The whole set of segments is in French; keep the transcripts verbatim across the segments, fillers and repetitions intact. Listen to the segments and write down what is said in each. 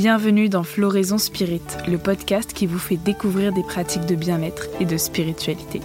Bienvenue dans Floraison Spirit, le podcast qui vous fait découvrir des pratiques de bien-être et de spiritualité.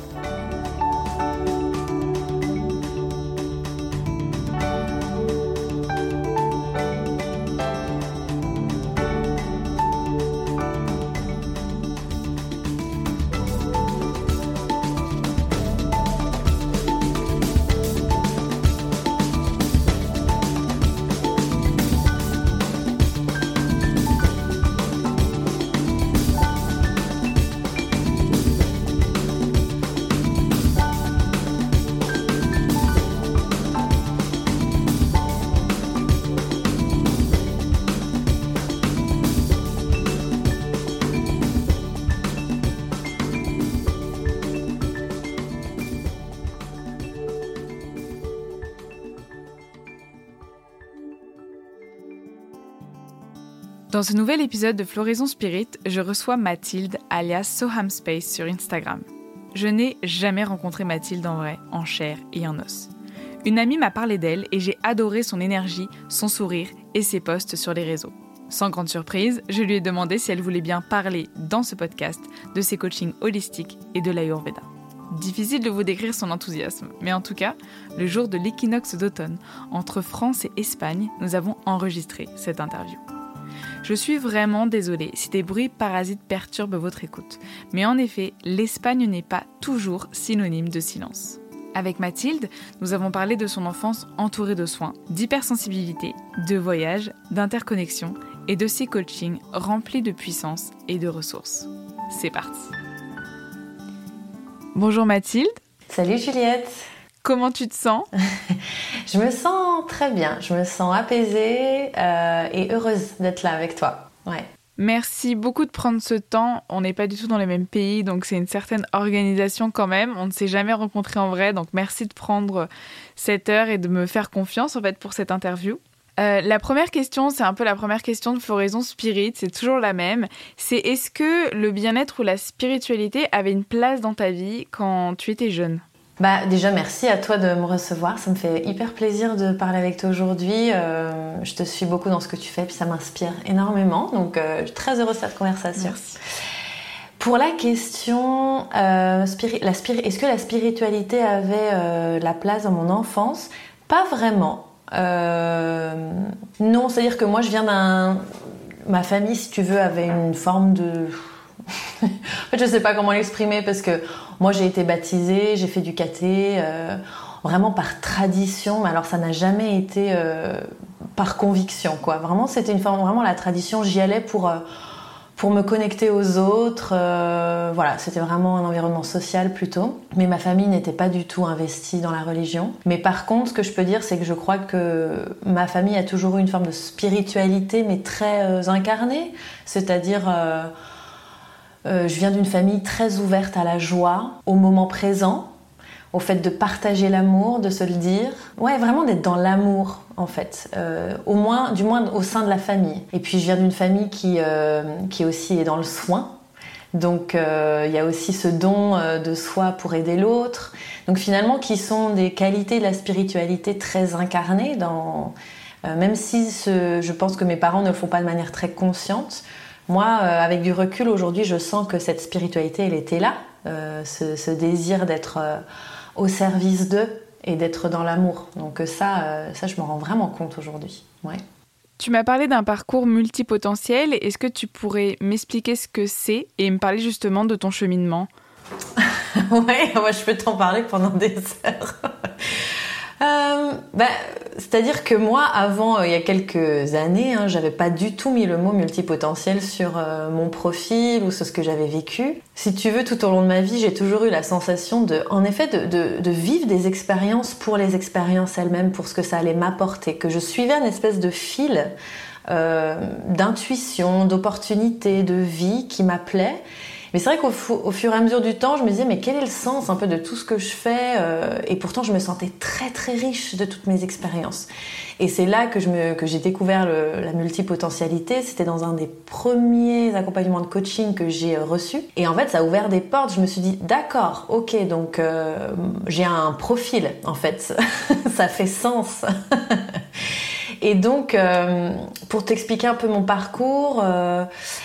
Dans ce nouvel épisode de Floraison Spirit, je reçois Mathilde, alias Soham Space sur Instagram. Je n'ai jamais rencontré Mathilde en vrai, en chair et en os. Une amie m'a parlé d'elle et j'ai adoré son énergie, son sourire et ses posts sur les réseaux. Sans grande surprise, je lui ai demandé si elle voulait bien parler dans ce podcast de ses coachings holistiques et de l'Ayurveda. Difficile de vous décrire son enthousiasme, mais en tout cas, le jour de l'équinoxe d'automne, entre France et Espagne, nous avons enregistré cette interview. Je suis vraiment désolée si des bruits parasites perturbent votre écoute, mais en effet, l'Espagne n'est pas toujours synonyme de silence. Avec Mathilde, nous avons parlé de son enfance entourée de soins, d'hypersensibilité, de voyage, d'interconnexion et de ses coachings remplis de puissance et de ressources. C'est parti. Bonjour Mathilde. Salut Juliette. Comment tu te sens ? Je me sens très bien, je me sens apaisée euh, et heureuse d'être là avec toi. Ouais. Merci beaucoup de prendre ce temps. On n'est pas du tout dans les mêmes pays, donc c'est une certaine organisation quand même. On ne s'est jamais rencontrés en vrai, donc merci de prendre cette heure et de me faire confiance en fait pour cette interview. Euh, la première question, c'est un peu la première question de Floraison Spirit, c'est toujours la même. C'est est-ce que le bien-être ou la spiritualité avait une place dans ta vie quand tu étais jeune ? Bah, déjà, merci à toi de me recevoir. Ça me fait hyper plaisir de parler avec toi aujourd'hui. Euh, je te suis beaucoup dans ce que tu fais, puis ça m'inspire énormément. Donc, euh, je suis très heureuse de cette conversation. Merci. Pour la question, euh, spiri- la spiri- est-ce que la spiritualité avait euh, la place dans mon enfance ? Pas vraiment. Euh, non, c'est-à-dire que moi, je viens d'un... Ma famille, si tu veux, avait une forme de... en fait, je sais pas comment l'exprimer parce que moi j'ai été baptisée, j'ai fait du caté, euh, vraiment par tradition, mais alors ça n'a jamais été euh, par conviction, quoi. Vraiment, c'était une forme, vraiment la tradition, j'y allais pour, euh, pour me connecter aux autres, euh, voilà, c'était vraiment un environnement social plutôt. Mais ma famille n'était pas du tout investie dans la religion. Mais par contre, ce que je peux dire, c'est que je crois que ma famille a toujours eu une forme de spiritualité, mais très euh, incarnée, c'est-à-dire... Euh, Euh, je viens d'une famille très ouverte à la joie, au moment présent, au fait de partager l'amour, de se le dire. Ouais, vraiment d'être dans l'amour, en fait. Euh, au moins, du moins au sein de la famille. Et puis, je viens d'une famille qui, euh, qui aussi est dans le soin. Donc, euh, il y a aussi ce don euh, de soi pour aider l'autre. Donc, finalement, qui sont des qualités de la spiritualité très incarnées. Dans, euh, même si ce, je pense que mes parents ne le font pas de manière très consciente. Moi, euh, avec du recul, aujourd'hui, je sens que cette spiritualité, elle était là. Euh, ce, ce désir d'être euh, au service d'eux et d'être dans l'amour. Donc ça, euh, ça je me rends vraiment compte aujourd'hui. Ouais. Tu m'as parlé d'un parcours multipotentiel. Est-ce que tu pourrais m'expliquer ce que c'est et me parler justement de ton cheminement ? Ouais, moi, je peux t'en parler pendant des heures. Euh, bah, c'est-à-dire que moi, avant, euh, il y a quelques années, hein, j'avais pas du tout mis le mot multipotentiel sur euh, mon profil ou sur ce que j'avais vécu. Si tu veux, tout au long de ma vie, j'ai toujours eu la sensation de, en effet, de, de, de vivre des expériences pour les expériences elles-mêmes, pour ce que ça allait m'apporter, que je suivais une espèce de fil euh, d'intuition, d'opportunité, de vie qui m'appelait. Mais c'est vrai qu'au fu- au fur et à mesure du temps, je me disais mais quel est le sens un peu de tout ce que je fais euh, et pourtant je me sentais très très riche de toutes mes expériences. Et c'est là que, je me, que j'ai découvert le, la multipotentialité. C'était dans un des premiers accompagnements de coaching que j'ai reçu. Et en fait, ça a ouvert des portes. Je me suis dit d'accord, ok, donc euh, j'ai un profil en fait. Ça fait sens. Et donc, euh, pour t'expliquer un peu mon parcours, euh,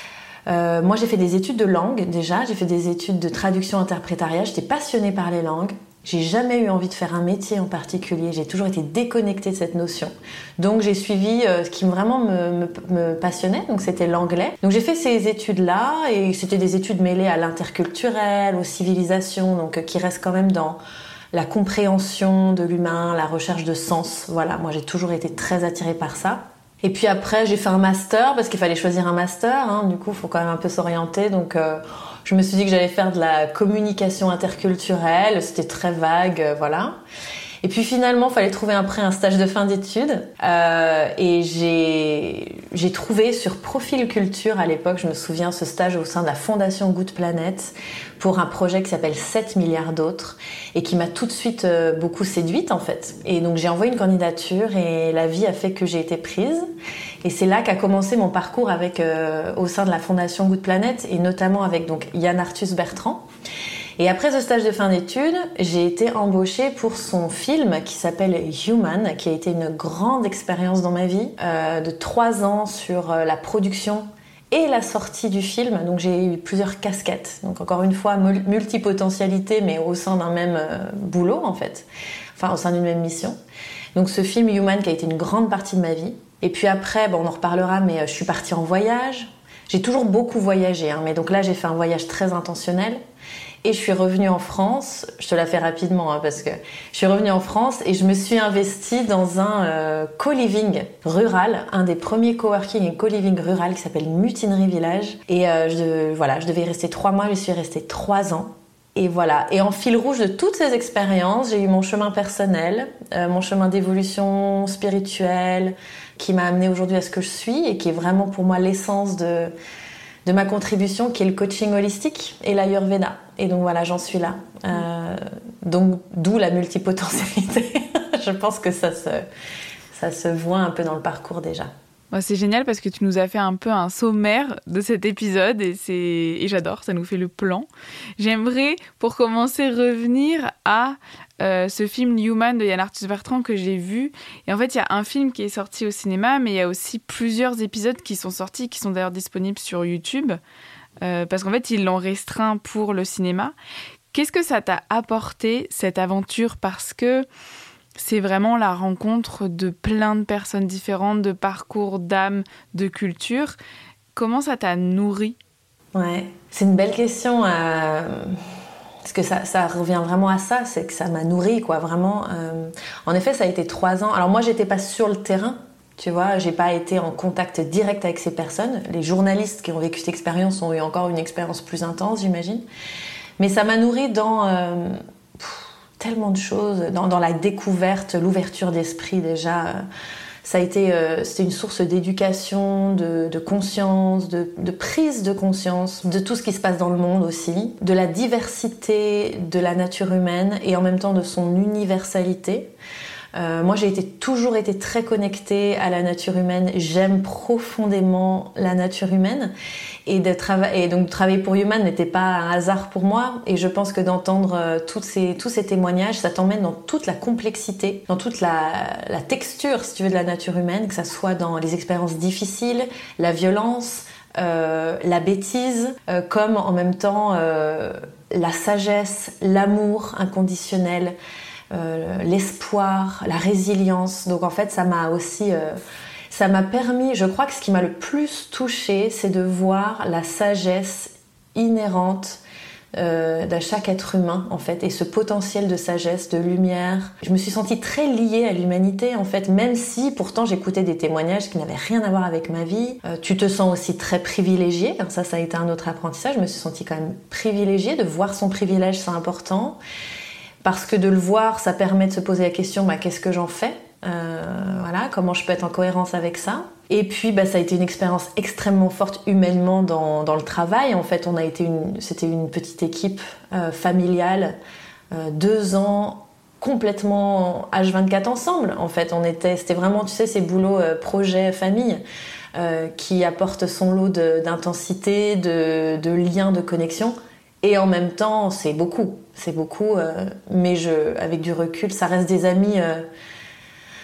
euh, moi j'ai fait des études de langue déjà, j'ai fait des études de traduction interprétariat, j'étais passionnée par les langues. J'ai jamais eu envie de faire un métier en particulier, j'ai toujours été déconnectée de cette notion. Donc j'ai suivi euh, ce qui vraiment me, me, me passionnait, donc c'était l'anglais. Donc j'ai fait ces études-là, et c'était des études mêlées à l'interculturel, aux civilisations, donc euh, qui restent quand même dans la compréhension de l'humain, la recherche de sens. Voilà, moi j'ai toujours été très attirée par ça. Et puis après j'ai fait un master, parce qu'il fallait choisir un master, hein, du coup il faut quand même un peu s'orienter, donc... Euh, Je me suis dit que j'allais faire de la communication interculturelle, c'était très vague, euh, voilà. Et puis finalement, il fallait trouver après un stage de fin d'études. Euh, et j'ai, j'ai trouvé sur Profil Culture à l'époque, je me souviens, ce stage au sein de la Fondation Good Planet pour un projet qui s'appelle sept milliards d'autres et qui m'a tout de suite euh, beaucoup séduite en fait. Et donc j'ai envoyé une candidature et la vie a fait que j'ai été prise. Et c'est là qu'a commencé mon parcours avec, euh, au sein de la Fondation Good Planet et notamment avec donc, Yann Arthus Bertrand. Et après ce stage de fin d'études, j'ai été embauchée pour son film qui s'appelle Human, qui a été une grande expérience dans ma vie, euh, de trois ans sur euh, la production et la sortie du film. Donc j'ai eu plusieurs casquettes. Donc encore une fois, multipotentialité, mais au sein d'un même euh, boulot en fait. Enfin, au sein d'une même mission. Donc ce film Human qui a été une grande partie de ma vie. Et puis après, bon, on en reparlera, mais je suis partie en voyage. J'ai toujours beaucoup voyagé, hein, mais donc là j'ai fait un voyage très intentionnel. Et je suis revenue en France, je te la fais rapidement hein, parce que je suis revenue en France et je me suis investie dans un euh, co-living rural, un des premiers coworking et co-living rural qui s'appelle Mutinerie Village. Et euh, je, voilà, je devais y rester trois mois, j'y suis restée trois ans. Et voilà. Et en fil rouge de toutes ces expériences, j'ai eu mon chemin personnel, euh, mon chemin d'évolution spirituelle qui m'a amenée aujourd'hui à ce que je suis et qui est vraiment pour moi l'essence de... de ma contribution qui est le coaching holistique et l'Ayurveda. Et donc voilà, j'en suis là. Euh, donc d'où la multipotentialité. Je pense que ça se, ça se voit un peu dans le parcours déjà. Ouais, c'est génial parce que tu nous as fait un peu un sommaire de cet épisode et, c'est... et j'adore, ça nous fait le plan. J'aimerais pour commencer revenir à euh, ce film Human de Yann Arthus Bertrand que j'ai vu. Et en fait, il y a un film qui est sorti au cinéma, mais il y a aussi plusieurs épisodes qui sont sortis, qui sont d'ailleurs disponibles sur YouTube. Euh, parce qu'en fait, ils l'ont restreint pour le cinéma. Qu'est-ce que ça t'a apporté, cette aventure ? Parce que c'est vraiment la rencontre de plein de personnes différentes, de parcours, d'âmes, de cultures. Comment ça t'a nourri ? Ouais, c'est une belle question. Euh... Parce que ça, ça revient vraiment à ça, c'est que ça m'a nourri, quoi, vraiment. Euh... En effet, ça a été trois ans. Alors moi, j'étais pas sur le terrain. Tu vois, j'ai pas été en contact direct avec ces personnes. Les journalistes qui ont vécu cette expérience ont eu encore une expérience plus intense, j'imagine. Mais ça m'a nourri dans euh, pff, tellement de choses, dans, dans la découverte, l'ouverture d'esprit déjà. Ça a été, euh, c'était une source d'éducation, de, de conscience, de, de prise de conscience de tout ce qui se passe dans le monde aussi, de la diversité de la nature humaine et en même temps de son universalité. Euh, moi, j'ai été, toujours été très connectée à la nature humaine. J'aime profondément la nature humaine. Et, de trava- et donc, travailler pour Human n'était pas un hasard pour moi. Et je pense que d'entendre euh, toutes ces, tous ces témoignages, ça t'emmène dans toute la complexité, dans toute la, la texture, si tu veux, de la nature humaine, que ça soit dans les expériences difficiles, la violence, euh, la bêtise, euh, comme en même temps euh, la sagesse, l'amour inconditionnel, Euh, l'espoir, la résilience. Donc en fait, ça m'a aussi, euh, ça m'a permis, je crois que ce qui m'a le plus touchée, c'est de voir la sagesse inhérente euh, de chaque être humain, en fait, et ce potentiel de sagesse, de lumière. Je me suis sentie très liée à l'humanité, en fait, même si pourtant j'écoutais des témoignages qui n'avaient rien à voir avec ma vie. Euh, tu te sens aussi très privilégiée, ça, ça a été un autre apprentissage. Je me suis sentie quand même privilégiée, de voir son privilège, c'est important. Parce que de le voir, ça permet de se poser la question, bah, qu'est-ce que j'en fais ? euh, voilà, comment je peux être en cohérence avec ça ? Et puis, bah, ça a été une expérience extrêmement forte humainement dans, dans le travail. En fait, on a été une, c'était une petite équipe euh, familiale, euh, deux ans complètement H vingt-quatre ensemble. En fait, on était, c'était vraiment, tu sais, ces boulots euh, projet famille euh, qui apportent son lot de, d'intensité, de, de liens, de connexion. Et en même temps, c'est beaucoup, c'est beaucoup, euh, mais je, avec du recul, ça reste des amis, euh,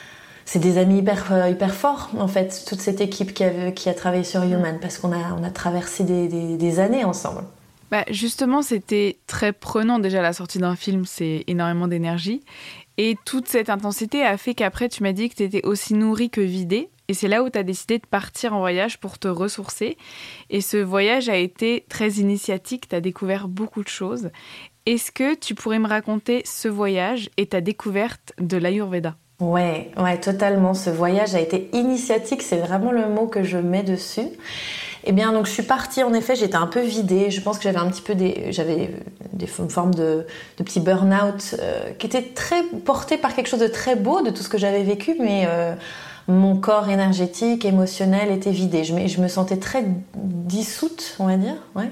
c'est des amis hyper, euh, hyper forts, en fait, toute cette équipe qui a, qui a travaillé sur Human, parce qu'on a, on a traversé des, des, des années ensemble. Bah justement, c'était très prenant déjà la sortie d'un film, c'est énormément d'énergie. Et toute cette intensité a fait qu'après, tu m'as dit que tu étais aussi nourrie que vidée. Et c'est là où tu as décidé de partir en voyage pour te ressourcer. Et ce voyage a été très initiatique, tu as découvert beaucoup de choses. Est-ce que tu pourrais me raconter ce voyage et ta découverte de l'Ayurveda ? Ouais, ouais, totalement. Ce voyage a été initiatique, c'est vraiment le mot que je mets dessus. Eh bien, donc je suis partie, en effet, j'étais un peu vidée. Je pense que j'avais un petit peu des, j'avais des formes de, de petit burn-out euh, qui était très porté par quelque chose de très beau de tout ce que j'avais vécu, mais euh, mon corps énergétique, émotionnel était vidé. Je me, je me sentais très dissoute, on va dire. Ouais.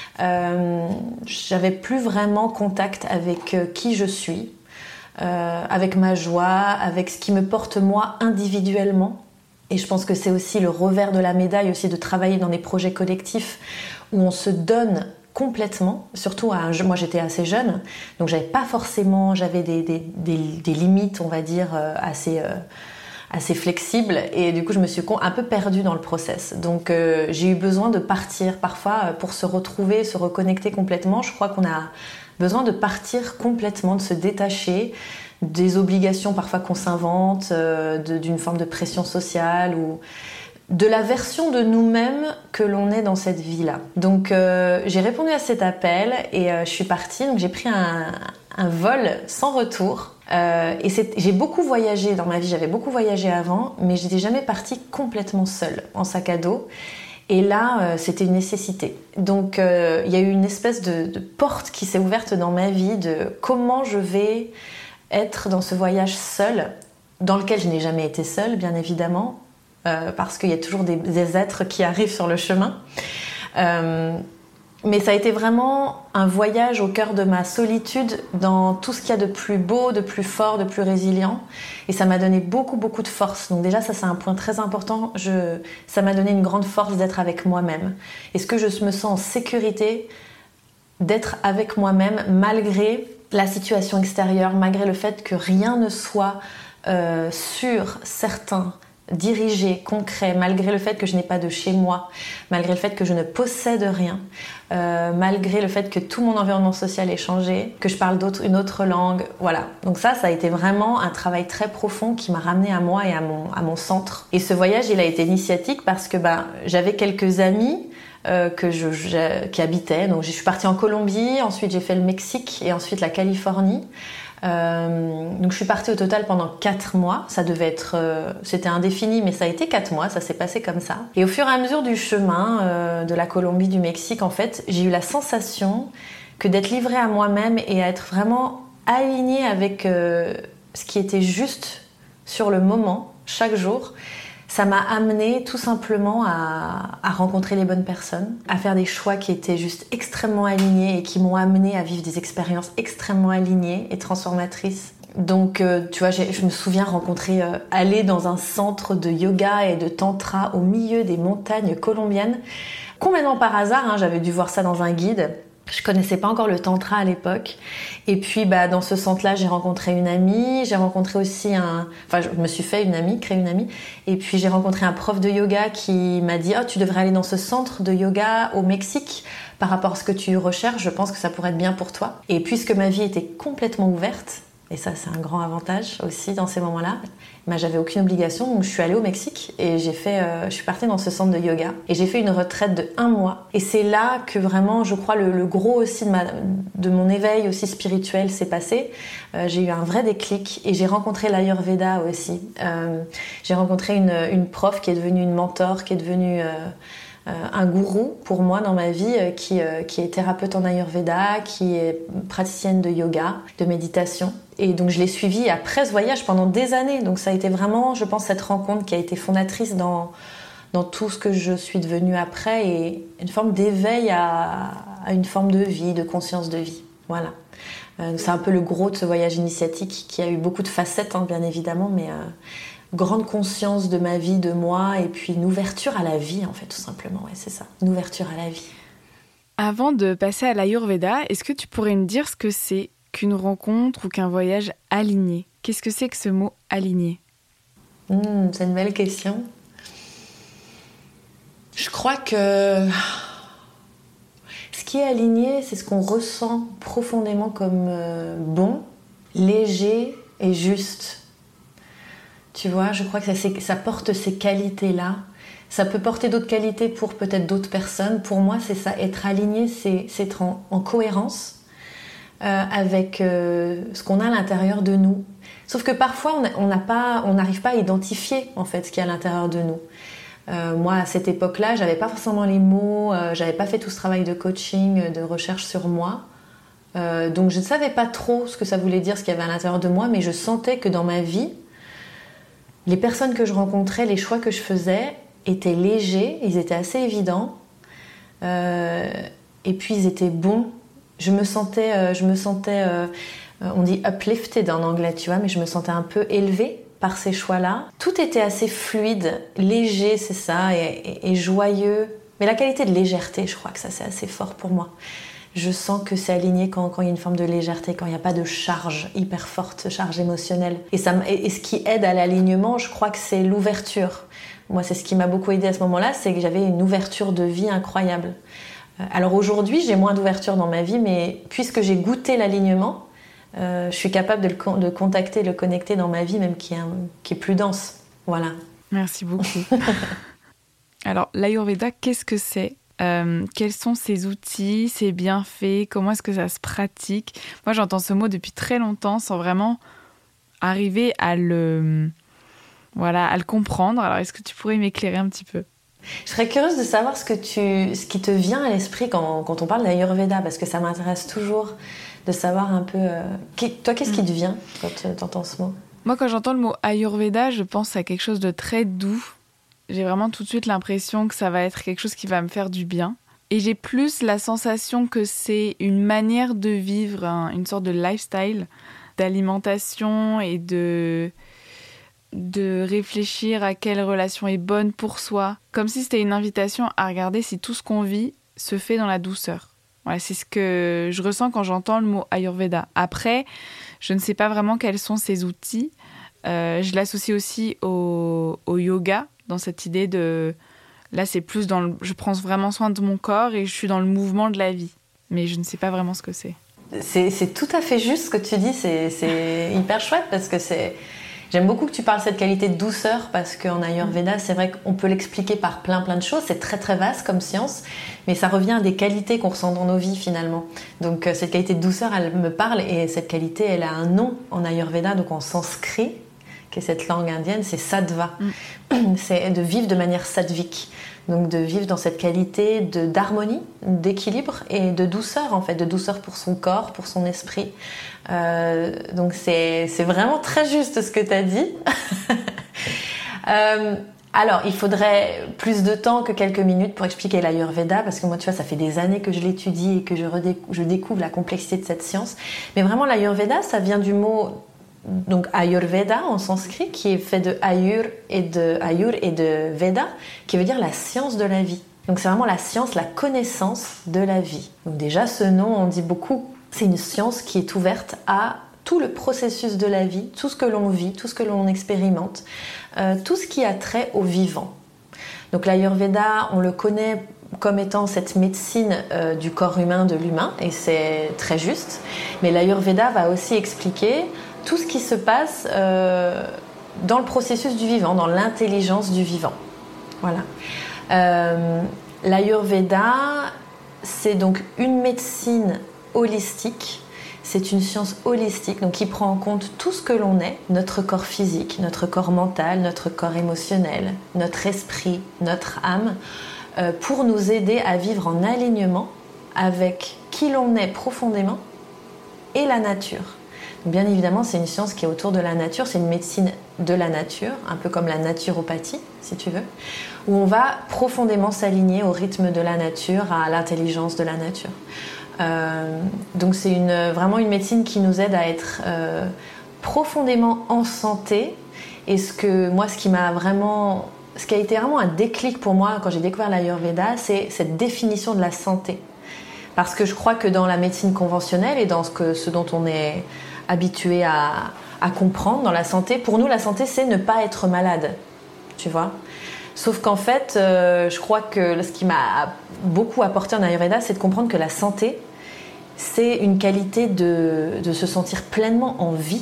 Euh, j'avais plus vraiment contact avec euh, qui je suis, euh, avec ma joie, avec ce qui me porte moi individuellement. Et je pense que c'est aussi le revers de la médaille aussi de travailler dans des projets collectifs où on se donne complètement, surtout à un, moi j'étais assez jeune, donc j'avais pas forcément, j'avais des, des, des, des limites, on va dire, assez, euh, assez flexibles, et du coup je me suis un peu perdue dans le process. Donc euh, j'ai eu besoin de partir parfois pour se retrouver, se reconnecter complètement. Je crois qu'on a besoin de partir complètement, de se détacher des obligations parfois qu'on s'invente, euh, de, d'une forme de pression sociale ou de la version de nous-mêmes que l'on est dans cette vie-là. Donc euh, j'ai répondu à cet appel et euh, je suis partie. Donc j'ai pris un, un vol sans retour. Euh, et c'est, j'ai beaucoup voyagé dans ma vie, j'avais beaucoup voyagé avant, mais j'étais jamais partie complètement seule en sac à dos. Et là, euh, c'était une nécessité. Donc, euh, il y a eu une espèce de, de porte qui s'est ouverte dans ma vie de comment je vais être dans ce voyage seule, dans lequel je n'ai jamais été seule, bien évidemment, euh, parce qu'il y a toujours des, des êtres qui arrivent sur le chemin. Euh, mais ça a été vraiment un voyage au cœur de ma solitude, dans tout ce qu'il y a de plus beau, de plus fort, de plus résilient. Et ça m'a donné beaucoup, beaucoup de force. Donc déjà, ça, c'est un point très important. Je, ça m'a donné une grande force d'être avec moi-même. Est-ce que je me sens en sécurité d'être avec moi-même, malgré la situation extérieure, malgré le fait que rien ne soit euh, sûr, certain, dirigé, concret, malgré le fait que je n'ai pas de chez moi, malgré le fait que je ne possède rien, euh, malgré le fait que tout mon environnement social ait changé, que je parle d'autre, une autre langue, voilà. Donc ça, ça a été vraiment un travail très profond qui m'a ramenée à moi et à mon, à mon centre. Et ce voyage, il a été initiatique parce que ben, j'avais quelques amis Euh, que je, je, qui habitaient. Donc je suis partie en Colombie, ensuite j'ai fait le Mexique et ensuite la Californie. Euh, donc je suis partie au total pendant quatre mois. Ça devait être, euh, c'était indéfini, mais ça a été quatre mois. Ça s'est passé comme ça. Et au fur et à mesure du chemin euh, de la Colombie, du Mexique, en fait, j'ai eu la sensation que d'être livrée à moi-même et à être vraiment alignée avec euh, ce qui était juste sur le moment, chaque jour. Ça m'a amenée tout simplement à, à rencontrer les bonnes personnes, à faire des choix qui étaient juste extrêmement alignés et qui m'ont amenée à vivre des expériences extrêmement alignées et transformatrices. Donc, euh, tu vois, j'ai, je me souviens rencontrer, euh, aller dans un centre de yoga et de tantra au milieu des montagnes colombiennes, complètement par hasard, hein, j'avais dû voir ça dans un guide. Je connaissais pas encore le tantra à l'époque. Et puis, bah, dans ce centre-là, j'ai rencontré une amie. J'ai rencontré aussi un... Enfin, je me suis fait une amie, créé une amie. Et puis, j'ai rencontré un prof de yoga qui m'a dit « Oh, tu devrais aller dans ce centre de yoga au Mexique. Par rapport à ce que tu recherches, je pense que ça pourrait être bien pour toi. » Et puisque ma vie était complètement ouverte, et ça, c'est un grand avantage aussi dans ces moments-là, bah, j'avais aucune obligation, donc je suis allée au Mexique et j'ai fait, euh, je suis partie dans ce centre de yoga et j'ai fait une retraite de un mois. Et c'est là que vraiment, je crois, le, le gros aussi de, ma, de mon éveil aussi spirituel s'est passé. Euh, j'ai eu un vrai déclic et j'ai rencontré l'Ayurveda aussi. Euh, j'ai rencontré une, une prof qui est devenue une mentor, qui est devenue... Euh, Euh, un gourou pour moi dans ma vie euh, qui, euh, qui est thérapeute en Ayurveda, qui est praticienne de yoga, de méditation. Et donc je l'ai suivie après ce voyage pendant des années. Donc ça a été vraiment, je pense, cette rencontre qui a été fondatrice dans, dans tout ce que je suis devenue après et une forme d'éveil à, à une forme de vie, de conscience de vie. Voilà. Euh, c'est un peu le gros de ce voyage initiatique qui a eu beaucoup de facettes, hein, bien évidemment, mais... Euh, grande conscience de ma vie, de moi, et puis une ouverture à la vie, en fait, tout simplement. Ouais, c'est ça, une ouverture à la vie. Avant de passer à l'Ayurveda, est-ce que tu pourrais me dire ce que c'est qu'une rencontre ou qu'un voyage aligné ? Qu'est-ce que c'est que ce mot « aligné » ? Mmh, c'est une belle question. Je crois que ce qui est aligné, c'est ce qu'on ressent profondément comme euh, bon, léger et juste. Tu vois, je crois que ça, ça porte ces qualités-là. Ça peut porter d'autres qualités pour peut-être d'autres personnes. Pour moi, c'est ça. Être aligné, c'est, c'est être en, en cohérence euh, avec euh, ce qu'on a à l'intérieur de nous. Sauf que parfois, on n'a pas, on n'arrive pas à identifier en fait ce qu'il y a à l'intérieur de nous. Euh, moi, à cette époque-là, j'avais pas forcément les mots, euh, j'avais pas fait tout ce travail de coaching, de recherche sur moi. Euh, donc, je ne savais pas trop ce que ça voulait dire, ce qu'il y avait à l'intérieur de moi, mais je sentais que dans ma vie, les personnes que je rencontrais, les choix que je faisais étaient légers, ils étaient assez évidents, euh, et puis ils étaient bons. Je me sentais, euh, je me sentais, euh, on dit uplifted en anglais, tu vois, mais je me sentais un peu élevée par ces choix-là. Tout était assez fluide, léger, c'est ça, et, et, et joyeux. Mais la qualité de légèreté, je crois que ça c'est assez fort pour moi. Je sens que c'est aligné quand, quand il y a une forme de légèreté, quand il n'y a pas de charge hyper forte, charge émotionnelle. Et, ça, et, et ce qui aide à l'alignement, je crois que c'est l'ouverture. Moi, c'est ce qui m'a beaucoup aidé à ce moment-là, c'est que j'avais une ouverture de vie incroyable. Alors aujourd'hui, j'ai moins d'ouverture dans ma vie, mais puisque j'ai goûté l'alignement, euh, je suis capable de le, de contacter, de le connecter dans ma vie, même qui est, un, qui est plus dense. Voilà. Merci beaucoup. Alors, l'Ayurveda, qu'est-ce que c'est ? Euh, quels sont ses outils, ses bienfaits, comment est-ce que ça se pratique? Moi, j'entends ce mot depuis très longtemps sans vraiment arriver à le, voilà, à le comprendre. Alors, est-ce que tu pourrais m'éclairer un petit peu? Je serais curieuse de savoir ce, que tu, ce qui te vient à l'esprit quand, quand on parle d'Ayurveda, parce que ça m'intéresse toujours de savoir un peu... Euh, qui, toi, qu'est-ce qui te vient quand tu entends ce mot? Moi, quand j'entends le mot Ayurveda, je pense à quelque chose de très doux. J'ai vraiment tout de suite l'impression que ça va être quelque chose qui va me faire du bien. Et j'ai plus la sensation que c'est une manière de vivre, un, une sorte de lifestyle, d'alimentation et de, de réfléchir à quelle relation est bonne pour soi. Comme si c'était une invitation à regarder si tout ce qu'on vit se fait dans la douceur. Voilà, c'est ce que je ressens quand j'entends le mot Ayurveda. Après, je ne sais pas vraiment quels sont ces outils. Euh, je l'associe aussi au, au yoga, dans cette idée de... Là, c'est plus dans le... Je prends vraiment soin de mon corps et je suis dans le mouvement de la vie. Mais je ne sais pas vraiment ce que c'est. C'est, c'est tout à fait juste ce que tu dis. C'est, c'est hyper chouette parce que c'est... J'aime beaucoup que tu parles de cette qualité de douceur parce qu'en Ayurveda, c'est vrai qu'on peut l'expliquer par plein plein de choses. C'est très très vaste comme science, mais ça revient à des qualités qu'on ressent dans nos vies finalement. Donc cette qualité de douceur, elle me parle et cette qualité, elle a un nom en Ayurveda, donc en sanskrit, qui est cette langue indienne, c'est sattva. Mm. C'est de vivre de manière sattvique. Donc de vivre dans cette qualité de, d'harmonie, d'équilibre et de douceur en fait, de douceur pour son corps, pour son esprit. Euh, donc c'est, c'est vraiment très juste ce que tu as dit. euh, alors il faudrait plus de temps que quelques minutes pour expliquer l'Ayurveda parce que moi tu vois ça fait des années que je l'étudie et que je, redécou- je découvre la complexité de cette science. Mais vraiment l'Ayurveda ça vient du mot donc Ayurveda en sanskrit qui est fait de Ayur et de Ayur et de Veda qui veut dire la science de la vie. Donc c'est vraiment la science, la connaissance de la vie. Donc déjà ce nom on dit beaucoup, c'est une science qui est ouverte à tout le processus de la vie, tout ce que l'on vit, tout ce que l'on expérimente, euh, tout ce qui a trait au vivant. Donc l'Ayurveda on le connaît comme étant cette médecine euh, du corps humain, de l'humain, et c'est très juste. Mais l'Ayurveda va aussi expliquer tout ce qui se passe euh, dans le processus du vivant, dans l'intelligence du vivant. Voilà. Euh, L'Ayurveda, c'est donc une médecine holistique. C'est une science holistique, donc qui prend en compte tout ce que l'on est, notre corps physique, notre corps mental, notre corps émotionnel, notre esprit, notre âme, euh, pour nous aider à vivre en alignement avec qui l'on est profondément et la nature. Bien évidemment, c'est une science qui est autour de la nature, c'est une médecine de la nature, un peu comme la naturopathie, si tu veux, où on va profondément s'aligner au rythme de la nature, à l'intelligence de la nature. Euh, donc c'est une, vraiment une médecine qui nous aide à être euh, profondément en santé. Et ce que moi, ce qui m'a vraiment, ce qui a été vraiment un déclic pour moi quand j'ai découvert l'Ayurveda, c'est cette définition de la santé. Parce que je crois que dans la médecine conventionnelle et dans ce, que, ce dont on est habitué à, à comprendre dans la santé. Pour nous, la santé, c'est ne pas être malade, tu vois. Sauf qu'en fait, euh, je crois que ce qui m'a beaucoup apporté en Ayurveda, c'est de comprendre que la santé, c'est une qualité de, de se sentir pleinement en vie.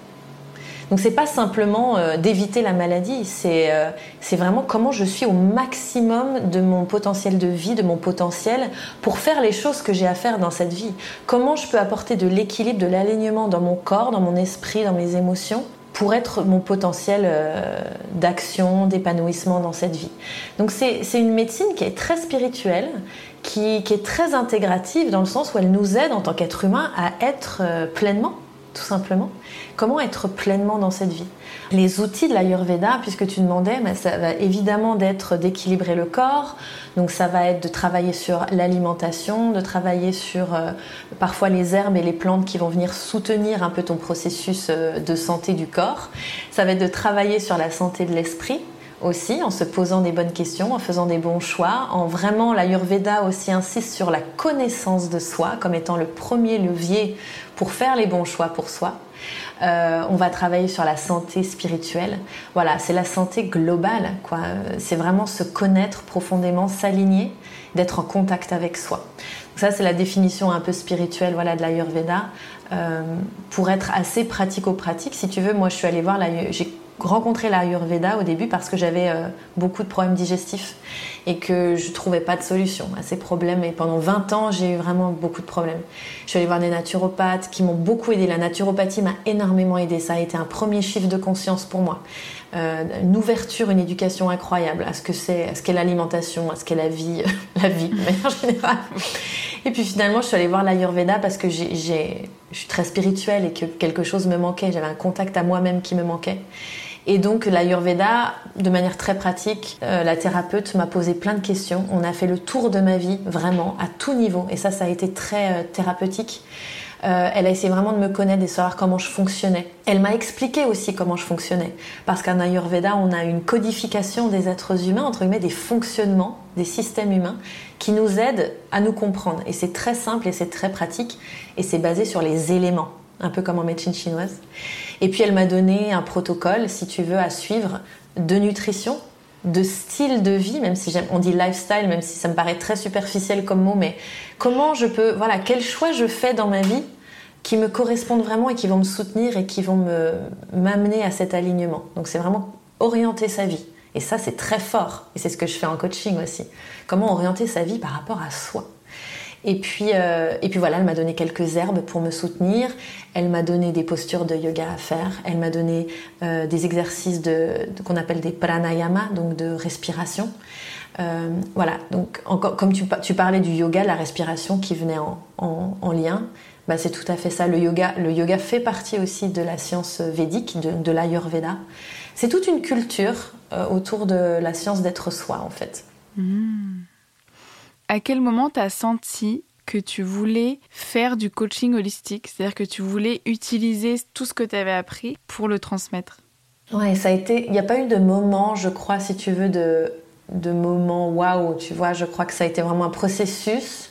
Donc c'est pas simplement euh, d'éviter la maladie, c'est, euh, c'est vraiment comment je suis au maximum de mon potentiel de vie, de mon potentiel pour faire les choses que j'ai à faire dans cette vie. Comment je peux apporter de l'équilibre, de l'alignement dans mon corps, dans mon esprit, dans mes émotions pour être mon potentiel euh, d'action, d'épanouissement dans cette vie. Donc c'est, c'est une médecine qui est très spirituelle, qui, qui est très intégrative dans le sens où elle nous aide en tant qu'être humain à être euh, pleinement, tout simplement. Comment être pleinement dans cette vie? Les outils de l'Ayurveda, puisque tu demandais, ben ça va évidemment d'être d'équilibrer le corps. Donc ça va être de travailler sur l'alimentation, de travailler sur euh, parfois les herbes et les plantes qui vont venir soutenir un peu ton processus euh, de santé du corps. Ça va être de travailler sur la santé de l'esprit aussi, en se posant des bonnes questions, en faisant des bons choix, en vraiment, l'Ayurveda aussi insiste sur la connaissance de soi comme étant le premier levier pour faire les bons choix pour soi. Euh, on va travailler sur la santé spirituelle. Voilà, c'est la santé globale, quoi. C'est vraiment se connaître profondément, s'aligner, d'être en contact avec soi. Donc ça, c'est la définition un peu spirituelle, voilà, de l'Ayurveda. Euh, pour être assez pratico-pratique, si tu veux, moi, je suis allée voir l'Ayurveda. J'ai rencontré l'Ayurveda au début parce que j'avais euh, beaucoup de problèmes digestifs et que je trouvais pas de solution à ces problèmes, et pendant vingt ans j'ai eu vraiment beaucoup de problèmes. Je suis allée voir des naturopathes qui m'ont beaucoup aidé. La naturopathie m'a énormément aidé, ça a été un premier chiffre de conscience pour moi, euh, une ouverture, une éducation incroyable à ce que c'est, à ce qu'est l'alimentation, à ce qu'est la vie, la vie de manière générale. Et puis finalement je suis allée voir l'Ayurveda parce que j'ai, j'ai, je suis très spirituelle et que quelque chose me manquait, j'avais un contact à moi-même qui me manquait. Et donc l'Ayurveda, de manière très pratique, euh, la thérapeute m'a posé plein de questions. On a fait le tour de ma vie, vraiment, à tout niveau. Et ça, ça a été très euh, thérapeutique. Euh, elle a essayé vraiment de me connaître et de savoir comment je fonctionnais. Elle m'a expliqué aussi comment je fonctionnais. Parce qu'en Ayurveda, on a une codification des êtres humains, entre guillemets, des fonctionnements, des systèmes humains, qui nous aident à nous comprendre. Et c'est très simple et c'est très pratique. Et c'est basé sur les éléments, un peu comme en médecine chinoise. Et puis elle m'a donné un protocole, si tu veux, à suivre, de nutrition, de style de vie, même si j'aime, on dit lifestyle, même si ça me paraît très superficiel comme mot, mais comment je peux, voilà, quel choix je fais dans ma vie qui me correspondent vraiment et qui vont me soutenir et qui vont me, m'amener à cet alignement. Donc c'est vraiment orienter sa vie. Et ça, c'est très fort. Et c'est ce que je fais en coaching aussi. Comment orienter sa vie par rapport à soi. Et puis, euh, et puis voilà, elle m'a donné quelques herbes pour me soutenir. Elle m'a donné des postures de yoga à faire. Elle m'a donné euh, des exercices de, de, qu'on appelle des pranayama, donc de respiration. Euh, voilà, donc encore, comme tu, tu parlais du yoga, la respiration qui venait en, en, en lien, bah c'est tout à fait ça. Le yoga, le yoga fait partie aussi de la science védique, de, de l'Ayurveda. C'est toute une culture euh, autour de la science d'être soi, en fait. Mmh. À quel moment tu as senti que tu voulais faire du coaching holistique, c'est-à-dire que tu voulais utiliser tout ce que tu avais appris pour le transmettre? Ouais, ça a été. Il n'y a pas eu de moment, je crois, si tu veux, de, de moment waouh, tu vois. Je crois que ça a été vraiment un processus.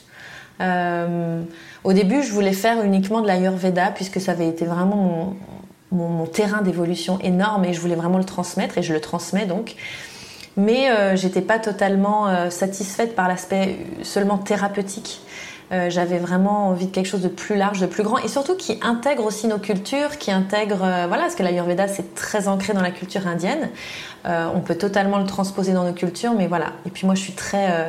Euh, au début, je voulais faire uniquement de l'Ayurveda puisque ça avait été vraiment mon, mon, mon terrain d'évolution énorme et je voulais vraiment le transmettre et je le transmets donc. Mais euh, j'étais pas totalement euh, satisfaite par l'aspect seulement thérapeutique. Euh, j'avais vraiment envie de quelque chose de plus large, de plus grand et surtout qui intègre aussi nos cultures, qui intègre, euh, voilà, parce que l'Ayurveda c'est très ancré dans la culture indienne. Euh, on peut totalement le transposer dans nos cultures, mais voilà. Et puis moi je suis très, euh,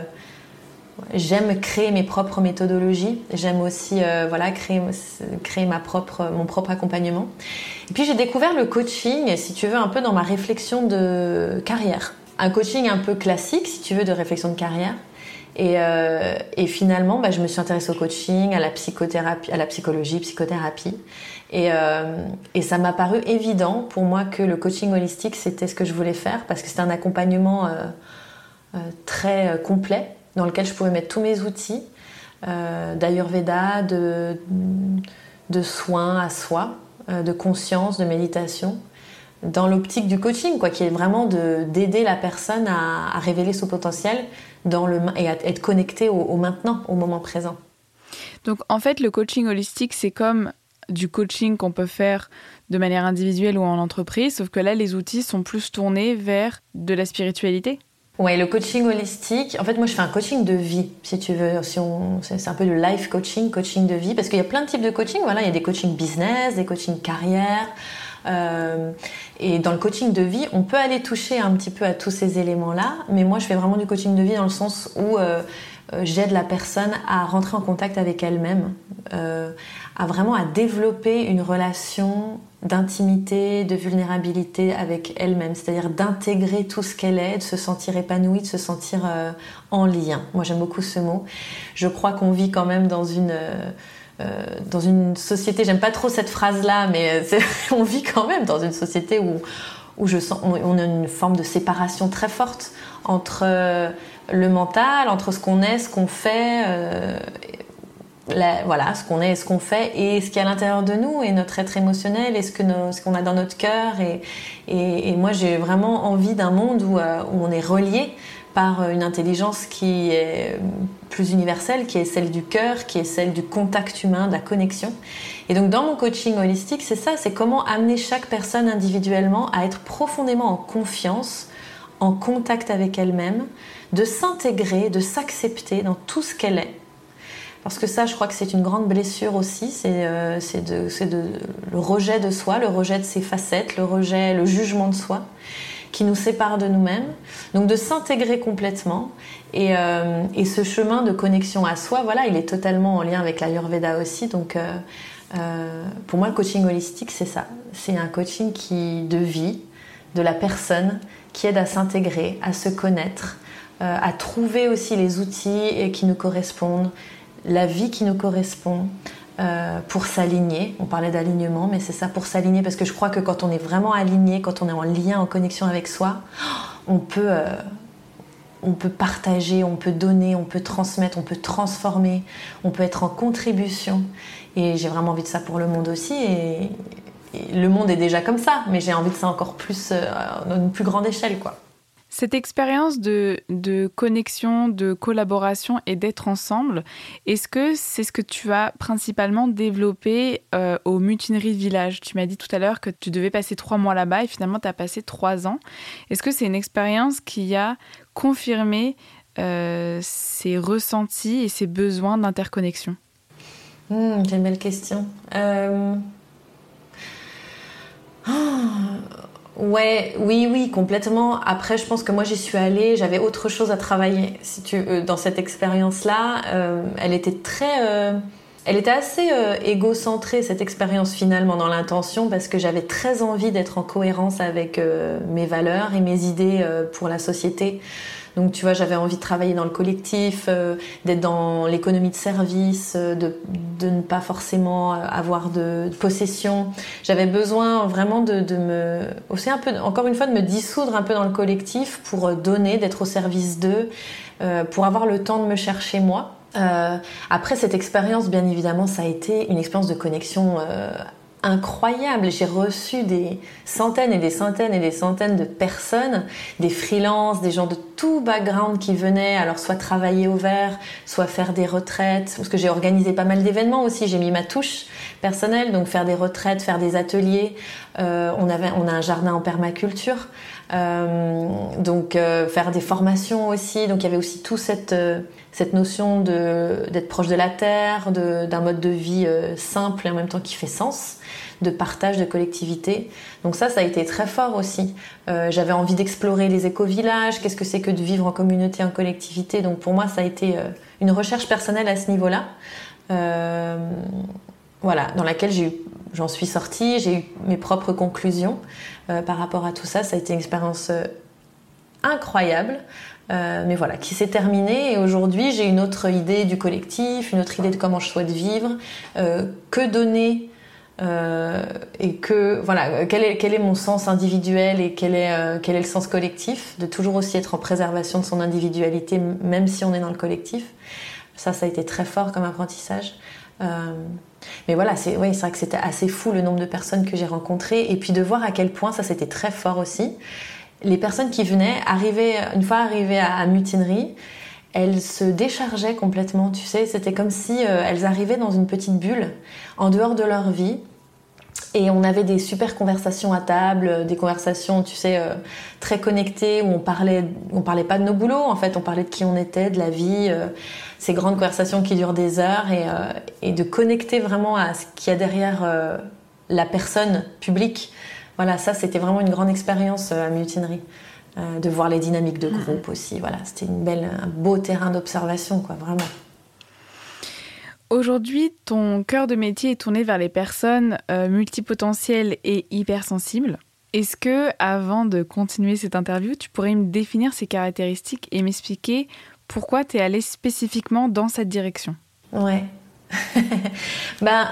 j'aime créer mes propres méthodologies. J'aime aussi, euh, voilà, créer, créer ma propre, mon propre accompagnement. Et puis j'ai découvert le coaching, si tu veux, un peu dans ma réflexion de carrière. Un coaching un peu classique, si tu veux, de réflexion de carrière. Et, euh, et finalement, bah, je me suis intéressée au coaching, à la psychothérapie, à la psychologie, psychothérapie. Et, euh, et ça m'a paru évident pour moi que le coaching holistique, c'était ce que je voulais faire parce que c'était un accompagnement euh, euh, très euh, complet dans lequel je pouvais mettre tous mes outils euh, d'Ayurveda, de, de soins à soi, euh, de conscience, de méditation, dans l'optique du coaching, quoi, qui est vraiment de, d'aider la personne à, à révéler son potentiel dans le, et à être connectée au, au maintenant, au moment présent. Donc en fait, le coaching holistique, c'est comme du coaching qu'on peut faire de manière individuelle ou en entreprise, sauf que là, les outils sont plus tournés vers de la spiritualité. Ouais, le coaching holistique, en fait, moi, je fais un coaching de vie, si tu veux. Si on, c'est, c'est un peu de life coaching, coaching de vie, parce qu'il y a plein de types de coaching. Voilà, il y a des coachings business, des coachings carrière. Euh, et dans le coaching de vie, on peut aller toucher un petit peu à tous ces éléments-là. Mais moi, je fais vraiment du coaching de vie dans le sens où euh, j'aide la personne à rentrer en contact avec elle-même, euh, à vraiment à développer une relation d'intimité, de vulnérabilité avec elle-même, c'est-à-dire d'intégrer tout ce qu'elle est, de se sentir épanouie, de se sentir euh, en lien. Moi, j'aime beaucoup ce mot. Je crois qu'on vit quand même dans une, euh, dans une société, j'aime pas trop cette phrase-là, mais c'est, on vit quand même dans une société où, où je sens, on a une forme de séparation très forte entre euh, le mental, entre ce qu'on est, ce qu'on fait, euh, La, voilà, ce qu'on est et ce qu'on fait et ce qu'il y a à l'intérieur de nous et notre être émotionnel et ce, que nos, ce qu'on a dans notre cœur et, et, et moi j'ai vraiment envie d'un monde où, euh, où on est relié par une intelligence qui est plus universelle, qui est celle du cœur, qui est celle du contact humain, de la connexion. Et donc dans mon coaching holistique, c'est ça, c'est comment amener chaque personne individuellement à être profondément en confiance, en contact avec elle-même, de s'intégrer, de s'accepter dans tout ce qu'elle est. Parce que ça, je crois que c'est une grande blessure aussi, c'est, euh, c'est, de, c'est de, le rejet de soi, le rejet de ses facettes, le rejet, le jugement de soi, qui nous sépare de nous-mêmes. Donc de s'intégrer complètement. Et, euh, et ce chemin de connexion à soi, voilà, il est totalement en lien avec l'Ayurveda aussi. Donc euh, euh, pour moi, le coaching holistique, c'est ça. C'est un coaching qui, de vie, de la personne, qui aide à s'intégrer, à se connaître, euh, à trouver aussi les outils qui nous correspondent, la vie qui nous correspond, euh, pour s'aligner. On parlait d'alignement, mais c'est ça, pour s'aligner, parce que je crois que quand on est vraiment aligné, quand on est en lien, en connexion avec soi, on peut, euh, on peut partager, on peut donner, on peut transmettre, on peut transformer, on peut être en contribution. Et j'ai vraiment envie de ça pour le monde aussi. Et, et le monde est déjà comme ça, mais j'ai envie de ça encore plus, euh, à une plus grande échelle, quoi. Cette expérience de, de connexion, de collaboration et d'être ensemble, est-ce que c'est ce que tu as principalement développé euh, aux mutineries de village ? Tu m'as dit tout à l'heure que tu devais passer trois mois là-bas et finalement tu as passé trois ans. Est-ce que c'est une expérience qui a confirmé euh, ces ressentis et ces besoins d'interconnexion ? Mmh, c'est une belle question. Euh... Oh... Ouais, oui, oui, complètement. Après, je pense que moi, j'y suis allée, j'avais autre chose à travailler. Si tu, euh, dans cette expérience-là, euh, elle était très, euh, elle était assez euh, égocentrée, cette expérience finalement dans l'intention, parce que j'avais très envie d'être en cohérence avec euh, mes valeurs et mes idées euh, pour la société. Donc tu vois, j'avais envie de travailler dans le collectif, euh, d'être dans l'économie de service, euh, de, de ne pas forcément avoir de, de possession. J'avais besoin vraiment de, de me, aussi un peu, encore une fois, de me dissoudre un peu dans le collectif pour donner, d'être au service d'eux, euh, pour avoir le temps de me chercher moi. Euh, après cette expérience, bien évidemment, ça a été une expérience de connexion euh, incroyable. J'ai reçu des centaines et des centaines et des centaines de personnes, des freelances, des gens de tout background qui venaient alors soit travailler au vert, soit faire des retraites, parce que j'ai organisé pas mal d'événements aussi, j'ai mis ma touche personnelle, donc faire des retraites, faire des ateliers. Euh, on avait, on a un jardin en permaculture, euh, donc euh, faire des formations aussi. Donc il y avait aussi tout cette euh, cette notion de d'être proche de la terre, de, d'un mode de vie euh, simple et en même temps qui fait sens, de partage, de collectivité. Donc ça, ça a été très fort aussi. Euh, j'avais envie d'explorer les éco-villages, qu'est-ce que c'est que de vivre en communauté, en collectivité. Donc pour moi, ça a été euh, une recherche personnelle à ce niveau-là. Euh, voilà, dans laquelle j'ai eu, j'en suis sortie, j'ai eu mes propres conclusions euh, par rapport à tout ça. Ça a été une expérience euh, incroyable. Euh, mais voilà, qui s'est terminée et aujourd'hui j'ai une autre idée du collectif, une autre idée de comment je souhaite vivre, euh, que donner euh, et que voilà, quel est, quel est mon sens individuel et quel est, euh, quel est le sens collectif, de toujours aussi être en préservation de son individualité même si on est dans le collectif. Ça, ça a été très fort comme apprentissage. Euh, mais voilà, c'est, oui, c'est vrai que c'était assez fou le nombre de personnes que j'ai rencontrées et puis de voir à quel point ça c'était très fort aussi. Les personnes qui venaient, arrivaient, une fois arrivées à, à Mutinerie, elles se déchargeaient complètement, tu sais, c'était comme si euh, elles arrivaient dans une petite bulle, en dehors de leur vie, Et on avait des super conversations à table, des conversations, tu sais, euh, très connectées, où on parlait, on parlait pas de nos boulots, en fait, on parlait de qui on était, de la vie, euh, ces grandes conversations qui durent des heures, et, euh, et de connecter vraiment à ce qu'il y a derrière euh, la personne publique. Voilà, ça, c'était vraiment une grande expérience euh, à Mutinerie, euh, de voir les dynamiques de groupe aussi. Voilà, c'était une belle, un beau terrain d'observation, quoi, vraiment. Aujourd'hui, ton cœur de métier est tourné vers les personnes euh, multipotentielles et hypersensibles. Est-ce que, avant de continuer cette interview, tu pourrais me définir ces caractéristiques et m'expliquer pourquoi tu es allée spécifiquement dans cette direction ? Ouais. ben,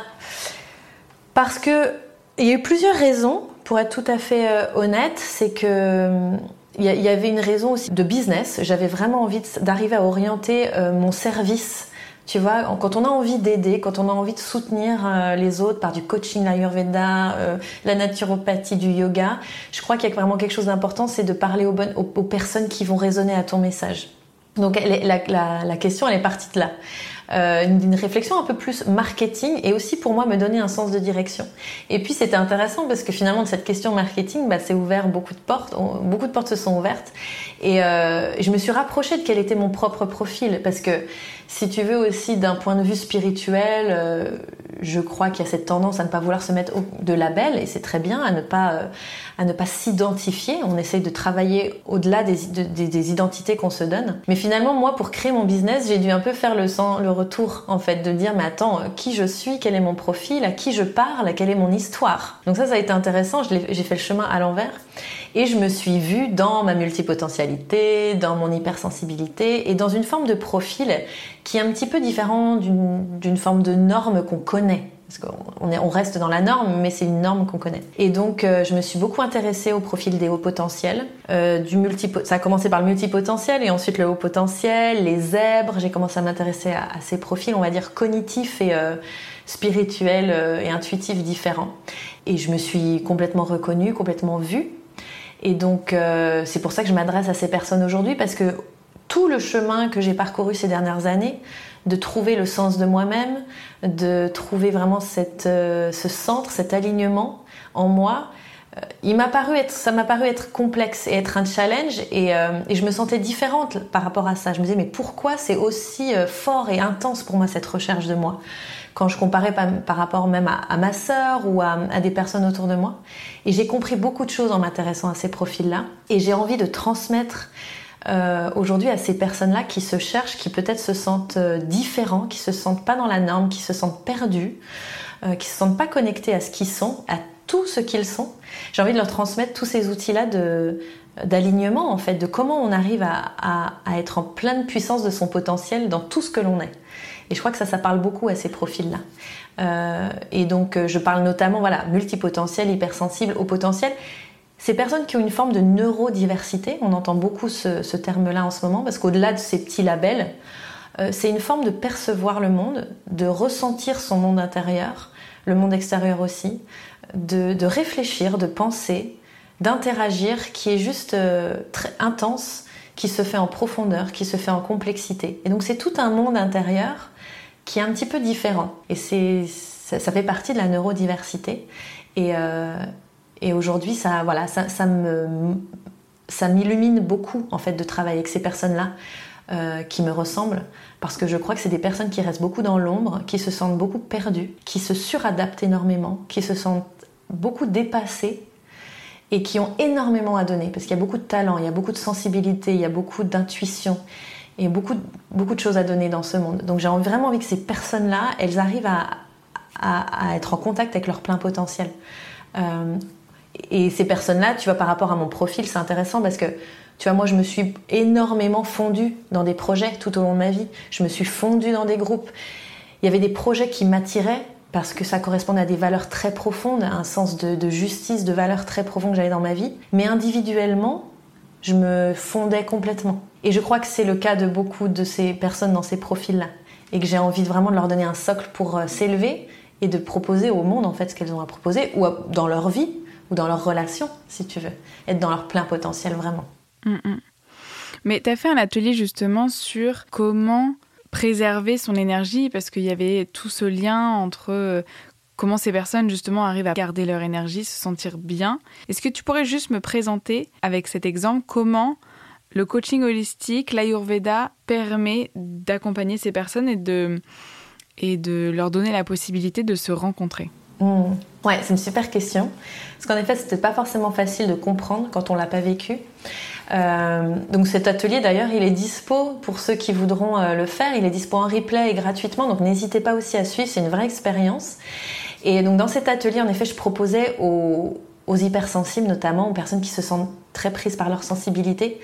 parce que il y a eu plusieurs raisons, pour être tout à fait euh, honnête. C'est que il y, y avait une raison aussi de business. J'avais vraiment envie de, d'arriver à orienter euh, mon service. Tu vois, quand on a envie d'aider, quand on a envie de soutenir euh, les autres par du coaching, l'Ayurveda, euh, la naturopathie, du yoga, je crois qu'il y a vraiment quelque chose d'important, c'est de parler aux, bonnes, aux, aux personnes qui vont résonner à ton message. Donc la, la, la question, elle est partie de là. Euh, une, une réflexion un peu plus marketing et aussi pour moi me donner un sens de direction. Et puis c'était intéressant parce que finalement de cette question marketing, bah, c'est ouvert beaucoup de portes, on, beaucoup de portes se sont ouvertes et euh, je me suis rapprochée de quel était mon propre profil parce que si tu veux aussi d'un point de vue spirituel, euh, je crois qu'il y a cette tendance à ne pas vouloir se mettre de label et c'est très bien, à ne pas, euh, à ne pas s'identifier. On essaye de travailler au-delà des, de, des, des identités qu'on se donne. Mais finalement, moi, pour créer mon business, j'ai dû un peu faire le, sens, le retour, en fait, de dire, mais attends, qui je suis, quel est mon profil, à qui je parle, quelle est mon histoire. Donc ça, ça a été intéressant, je l'ai, j'ai fait le chemin à l'envers. Et je me suis vue dans ma multipotentialité, dans mon hypersensibilité et dans une forme de profil qui est un petit peu différent d'une, d'une forme de norme qu'on connaît. Parce qu'on est, on reste dans la norme, mais c'est une norme qu'on connaît. Et donc, euh, je me suis beaucoup intéressée au profil des hauts potentiels. Euh, du multipo- ça a commencé par le multipotentiel et ensuite le haut potentiel, les zèbres. J'ai commencé à m'intéresser à, à ces profils, on va dire, cognitifs et euh, spirituels euh, et intuitifs différents. Et je me suis complètement reconnue, complètement vue. Et donc, euh, c'est pour ça que je m'adresse à ces personnes aujourd'hui, parce que tout le chemin que j'ai parcouru ces dernières années, de trouver le sens de moi-même, de trouver vraiment cette, euh, ce centre, cet alignement en moi, euh, il m'a paru être, ça m'a paru être complexe et être un challenge et, euh, et je me sentais différente par rapport à ça. Je me disais, mais pourquoi c'est aussi euh, fort et intense pour moi cette recherche de moi ? Quand je comparais par, par rapport même à, à ma sœur ou à, à des personnes autour de moi. Et j'ai compris beaucoup de choses en m'intéressant à ces profils-là. Et j'ai envie de transmettre euh, aujourd'hui à ces personnes-là qui se cherchent, qui peut-être se sentent euh, différents, qui se sentent pas dans la norme, qui se sentent perdus, euh, qui se sentent pas connectés à ce qu'ils sont, à tout ce qu'ils sont. J'ai envie de leur transmettre tous ces outils-là de, d'alignement, en fait, de comment on arrive à, à, à être en pleine puissance de son potentiel dans tout ce que l'on est. Et je crois que ça, ça parle beaucoup à ces profils-là. Euh, et donc, je parle notamment, voilà, multipotentiel, hypersensible, haut potentiel. Ces personnes qui ont une forme de neurodiversité, on entend beaucoup ce, ce terme-là en ce moment, parce qu'au-delà de ces petits labels, euh, c'est une forme de percevoir le monde, de ressentir son monde intérieur, le monde extérieur aussi, de, de réfléchir, de penser, d'interagir, qui est juste euh, très intense, qui se fait en profondeur, qui se fait en complexité. Et donc, c'est tout un monde intérieur qui est un petit peu différent. Et c'est, ça, ça fait partie de la neurodiversité. Et, euh, et aujourd'hui, ça, voilà, ça, ça, me, ça m'illumine beaucoup, en fait, de travailler avec ces personnes-là euh, qui me ressemblent. Parce que je crois que c'est des personnes qui restent beaucoup dans l'ombre, qui se sentent beaucoup perdues, qui se suradaptent énormément, qui se sentent beaucoup dépassées et qui ont énormément à donner. Parce qu'il y a beaucoup de talent, il y a beaucoup de sensibilité, il y a beaucoup d'intuition. Et beaucoup, beaucoup de choses à donner dans ce monde. Donc j'ai vraiment envie que ces personnes-là, elles arrivent à, à, à être en contact avec leur plein potentiel. Euh, et ces personnes-là, tu vois, par rapport à mon profil, c'est intéressant parce que, tu vois, moi je me suis énormément fondue dans des projets tout au long de ma vie. Je me suis fondue dans des groupes. Il y avait des projets qui m'attiraient parce que ça correspondait à des valeurs très profondes, à un sens de, de justice, de valeurs très profondes que j'avais dans ma vie. Mais individuellement, je me fondais complètement. Et je crois que c'est le cas de beaucoup de ces personnes dans ces profils-là. Et que j'ai envie de vraiment de leur donner un socle pour euh, s'élever et de proposer au monde en fait ce qu'elles ont à proposer, ou à, dans leur vie, ou dans leurs relations, si tu veux. Être dans leur plein potentiel, vraiment. Mmh. Mais tu as fait un atelier justement sur comment préserver son énergie, parce qu'il y avait tout ce lien entre comment ces personnes justement arrivent à garder leur énergie, se sentir bien. Est-ce que tu pourrais juste me présenter avec cet exemple comment le coaching holistique, l'Ayurveda permet d'accompagner ces personnes et de, et de leur donner la possibilité de se rencontrer? Mmh. Ouais, c'est une super question. Parce qu'en effet, c'était pas forcément facile de comprendre quand on l'a pas vécu. Euh, donc cet atelier d'ailleurs, il est dispo pour ceux qui voudront euh, le faire. Il est dispo en replay et gratuitement. Donc n'hésitez pas aussi à suivre. C'est une vraie expérience. Et donc dans cet atelier, en effet, je proposais aux aux hypersensibles notamment, aux personnes qui se sentent très prises par leur sensibilité,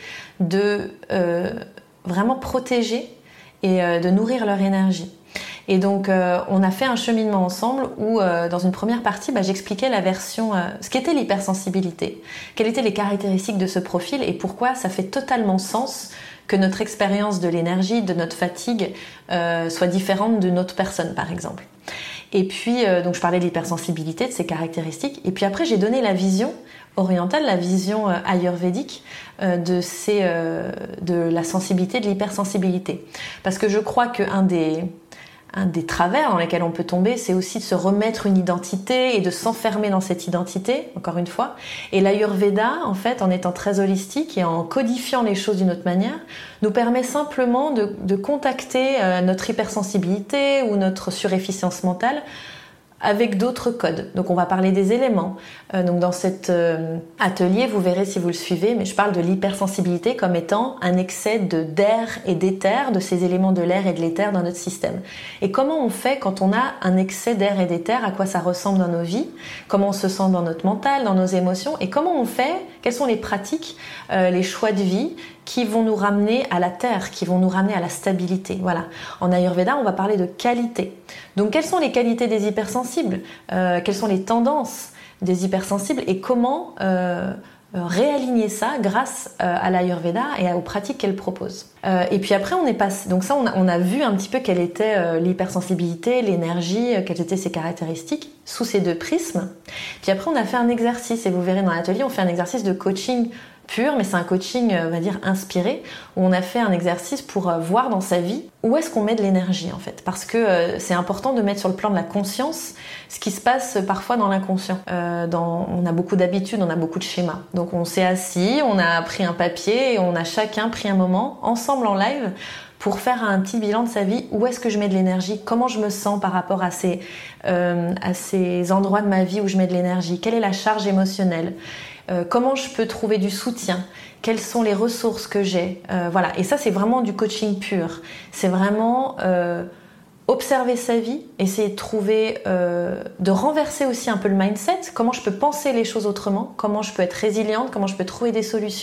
de euh, vraiment protéger et euh, de nourrir leur énergie. Et donc euh, on a fait un cheminement ensemble où euh, dans une première partie, bah, j'expliquais la version, euh, ce qu'était l'hypersensibilité, quelles étaient les caractéristiques de ce profil et pourquoi ça fait totalement sens que notre expérience de l'énergie, de notre fatigue euh, soit différente d'une autre personne par exemple. Et puis, euh, donc je parlais de l'hypersensibilité, de ses caractéristiques. Et puis après, j'ai donné la vision orientale, la vision euh, ayurvédique euh, de, ces, euh, de la sensibilité, de l'hypersensibilité. Parce que je crois qu'un des, un des travers dans lesquels on peut tomber, c'est aussi de se remettre une identité et de s'enfermer dans cette identité, encore une fois. Et l'Ayurveda, en fait, en étant très holistique et en codifiant les choses d'une autre manière, nous permet simplement de, de contacter euh, notre hypersensibilité ou notre surefficience mentale avec d'autres codes. Donc on va parler des éléments. Euh, donc dans cet euh, atelier, vous verrez si vous le suivez, mais je parle de l'hypersensibilité comme étant un excès de d'air et d'éther, de ces éléments de l'air et de l'éther dans notre système. Et comment on fait quand on a un excès d'air et d'éther, à quoi ça ressemble dans nos vies, comment on se sent dans notre mental, dans nos émotions, et comment on fait, quelles sont les pratiques, euh, les choix de vie qui vont nous ramener à la terre, qui vont nous ramener à la stabilité. Voilà. En Ayurveda, on va parler de qualité. Donc, quelles sont les qualités des hypersensibles ? euh, Quelles sont les tendances des hypersensibles et comment euh, réaligner ça grâce euh, à l'Ayurveda et aux pratiques qu'elle propose. Euh, et puis après, on est passé. Donc ça, on a, on a vu un petit peu quelle était euh, l'hypersensibilité, l'énergie, euh, quelles étaient ses caractéristiques sous ces deux prismes. Puis après, on a fait un exercice et vous verrez dans l'atelier, on fait un exercice de coaching pur, mais c'est un coaching, on va dire, inspiré, où on a fait un exercice pour voir dans sa vie où est-ce qu'on met de l'énergie, en fait. Parce que euh, c'est important de mettre sur le plan de la conscience ce qui se passe parfois dans l'inconscient. Euh, dans, on a beaucoup d'habitudes, on a beaucoup de schémas. Donc on s'est assis, on a pris un papier et on a chacun pris un moment, ensemble en live, pour faire un petit bilan de sa vie. Où est-ce que je mets de l'énergie ? Comment je me sens par rapport à ces, euh, à ces endroits de ma vie où je mets de l'énergie ? Quelle est la charge émotionnelle ? Euh, comment je peux trouver du soutien ? Quelles sont les ressources que j'ai ? euh, Voilà. Et ça, c'est vraiment du coaching pur. C'est vraiment euh, observer sa vie, essayer de trouver, euh, de renverser aussi un peu le mindset. Comment je peux penser les choses autrement ? Comment je peux être résiliente ? Comment je peux trouver des solutions ?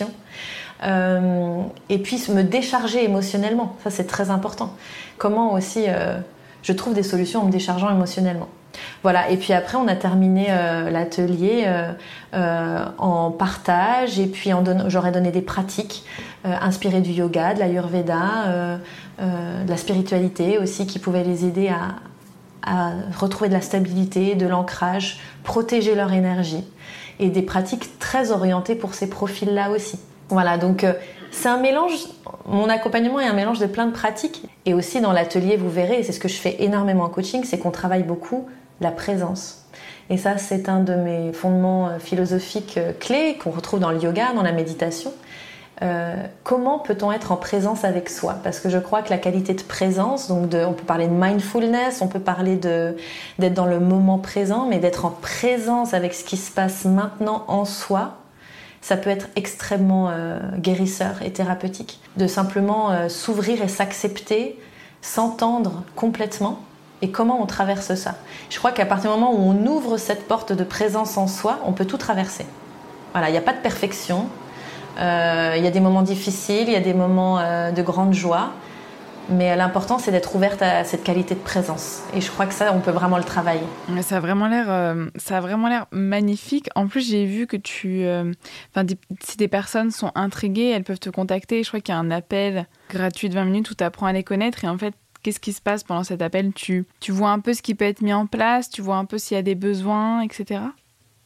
Euh, et puis me décharger émotionnellement. Ça, c'est très important. Comment aussi euh, je trouve des solutions en me déchargeant émotionnellement. Voilà, et puis après on a terminé euh, l'atelier euh, euh, en partage et puis en don- j'aurais donné des pratiques euh, inspirées du yoga, de l'Ayurveda, euh, euh, de la spiritualité aussi qui pouvaient les aider à, à retrouver de la stabilité, de l'ancrage, protéger leur énergie et des pratiques très orientées pour ces profils-là aussi. Voilà, donc euh, c'est un mélange, mon accompagnement est un mélange de plein de pratiques et aussi dans l'atelier vous verrez, et c'est ce que je fais énormément en coaching, c'est qu'on travaille beaucoup la présence. Et ça, c'est un de mes fondements philosophiques clés qu'on retrouve dans le yoga, dans la méditation. Euh, comment peut-on être en présence avec soi ? Parce que je crois que la qualité de présence, donc de, on peut parler de mindfulness, on peut parler de, d'être dans le moment présent, mais d'être en présence avec ce qui se passe maintenant en soi, ça peut être extrêmement euh, guérisseur et thérapeutique. De simplement euh, s'ouvrir et s'accepter, s'entendre complètement. Et comment on traverse ça ? Je crois qu'à partir du moment où on ouvre cette porte de présence en soi, on peut tout traverser. Voilà, il n'y a pas de perfection. Euh, il y a des moments difficiles, il y a des moments euh, de grande joie. Mais l'important, c'est d'être ouverte à cette qualité de présence. Et je crois que ça, on peut vraiment le travailler. Ça a vraiment l'air, euh, ça a vraiment l'air magnifique. En plus, j'ai vu que tu... Euh, des, si des personnes sont intriguées, elles peuvent te contacter. Je crois qu'il y a un appel gratuit de vingt minutes où tu apprends à les connaître. Et en fait, qu'est-ce qui se passe pendant cet appel ? tu, tu vois un peu ce qui peut être mis en place, tu vois un peu s'il y a des besoins, et cetera.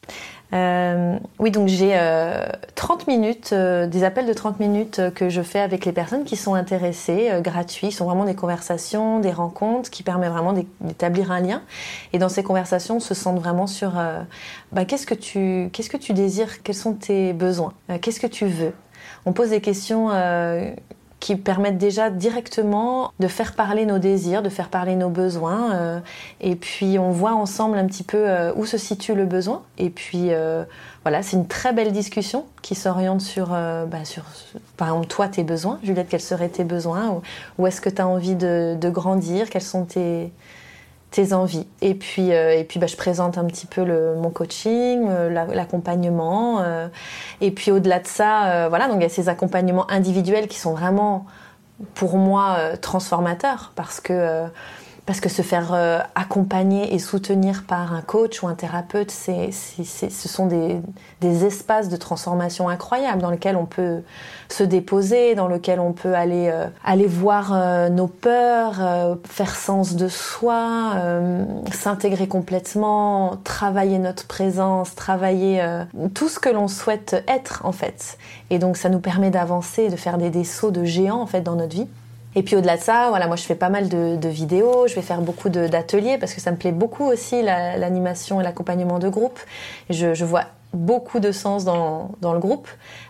Euh, oui, donc j'ai euh, trente minutes, euh, des appels de trente minutes euh, que je fais avec les personnes qui sont intéressées, euh, gratuits. Ce sont vraiment des conversations, des rencontres qui permettent vraiment d'établir un lien. Et dans ces conversations, on se centre vraiment sur euh, bah, qu'est-ce que tu, qu'est-ce que tu désires, quels sont tes besoins, euh, qu'est-ce que tu veux. On pose des questions euh, qui permettent déjà directement de faire parler nos désirs, de faire parler nos besoins. Euh, et puis on voit ensemble un petit peu euh, où se situe le besoin. Et puis euh, voilà, c'est une très belle discussion qui s'oriente sur, euh, bah, sur, par exemple, toi, tes besoins. Juliette, quels seraient tes besoins? Où, où est-ce que tu as envie de, de grandir? Quels sont tes... tes envies. Et puis, euh, et puis bah, je présente un petit peu le, mon coaching, euh, la, l'accompagnement. Euh, et puis au-delà de ça, euh, voilà, donc il y a ces accompagnements individuels qui sont vraiment, pour moi, euh, transformateurs parce que, euh, parce que se faire euh, accompagner et soutenir par un coach ou un thérapeute, c'est, c'est, c'est, ce sont des, des espaces de transformation incroyables dans lesquels on peut se déposer, dans lesquels on peut aller, euh, aller voir euh, nos peurs, euh, faire sens de soi, euh, s'intégrer complètement, travailler notre présence, travailler euh, tout ce que l'on souhaite être en fait. Et donc ça nous permet d'avancer, de faire des, des sauts de géants en fait dans notre vie. Et puis au-delà de ça, voilà, moi je fais pas mal de, de vidéos, je vais faire beaucoup de, d'ateliers parce que ça me plaît beaucoup aussi la, l'animation et l'accompagnement de groupe. Je, je vois beaucoup de sens dans, dans le groupe,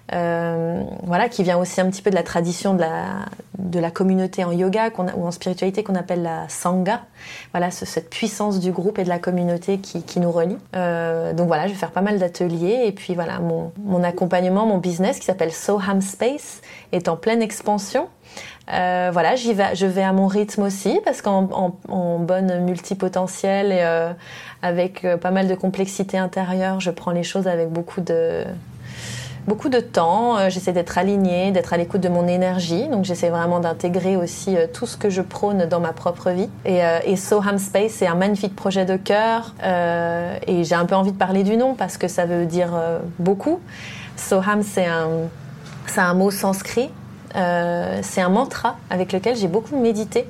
euh, voilà, qui vient aussi un petit peu de la tradition de la, de la communauté en yoga qu'on a, ou en spiritualité qu'on appelle la Sangha. Voilà, ce, cette puissance du groupe et de la communauté qui, qui nous relie. Euh, donc voilà, je vais faire pas mal d'ateliers et puis voilà, mon, mon accompagnement, mon business qui s'appelle Soham Space est en pleine expansion. Euh, voilà, j'y vais, je vais à mon rythme aussi parce qu'en en, en bonne multipotentielle et euh, avec euh, pas mal de complexité intérieure, je prends les choses avec beaucoup de beaucoup de temps. Euh, j'essaie d'être alignée, d'être à l'écoute de mon énergie. Donc j'essaie vraiment d'intégrer aussi euh, tout ce que je prône dans ma propre vie. Et, euh, et Soham Space, c'est un magnifique projet de cœur. Euh, et j'ai un peu envie de parler du nom parce que ça veut dire euh, beaucoup. Soham, c'est un, c'est un mot sanskrit. Euh, c'est un mantra avec lequel j'ai beaucoup médité,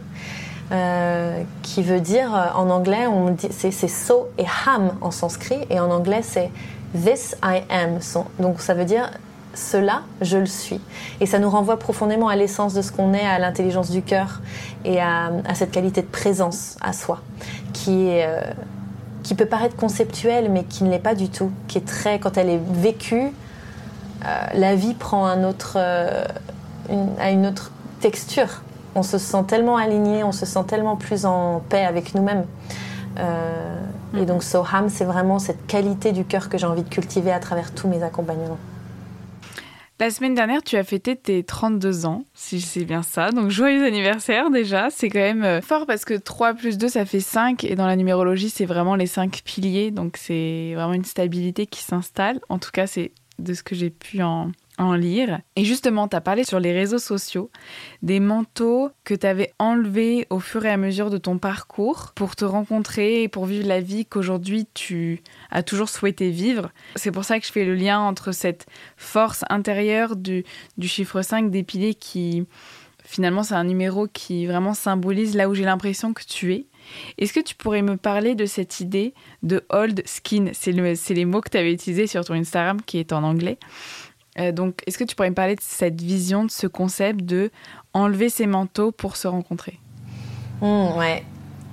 euh, qui veut dire, euh, en anglais, on dit, c'est, c'est so et ham en sanskrit, et en anglais c'est this I am. Donc ça veut dire cela, je le suis. Et ça nous renvoie profondément à l'essence de ce qu'on est, à l'intelligence du cœur et à, à cette qualité de présence à soi, qui est, euh, qui peut paraître conceptuelle, mais qui ne l'est pas du tout, qui est très, quand elle est vécue, euh, la vie prend un autre. Euh, Une, à une autre texture. On se sent tellement aligné, on se sent tellement plus en paix avec nous-mêmes. Euh, mmh. Et donc Soham, c'est vraiment cette qualité du cœur que j'ai envie de cultiver à travers tous mes accompagnements. La semaine dernière, tu as fêté tes trente-deux ans, si c'est bien ça. Donc joyeux anniversaire déjà. C'est quand même fort parce que trois plus deux, ça fait cinq. Et dans la numérologie, c'est vraiment les cinq piliers. Donc c'est vraiment une stabilité qui s'installe. En tout cas, c'est de ce que j'ai pu en... en lire. Et justement, tu as parlé sur les réseaux sociaux des manteaux que tu avais enlevés au fur et à mesure de ton parcours pour te rencontrer et pour vivre la vie qu'aujourd'hui tu as toujours souhaité vivre. C'est pour ça que je fais le lien entre cette force intérieure du, du chiffre cinq des piliers qui, finalement, c'est un numéro qui vraiment symbolise là où j'ai l'impression que tu es. Est-ce que tu pourrais me parler de cette idée de old skin? C'est, le, c'est les mots que tu avais utilisés sur ton Instagram qui est en anglais. Euh, donc, est-ce que tu pourrais me parler de cette vision, de ce concept de enlever ses manteaux pour se rencontrer? Mmh, ouais.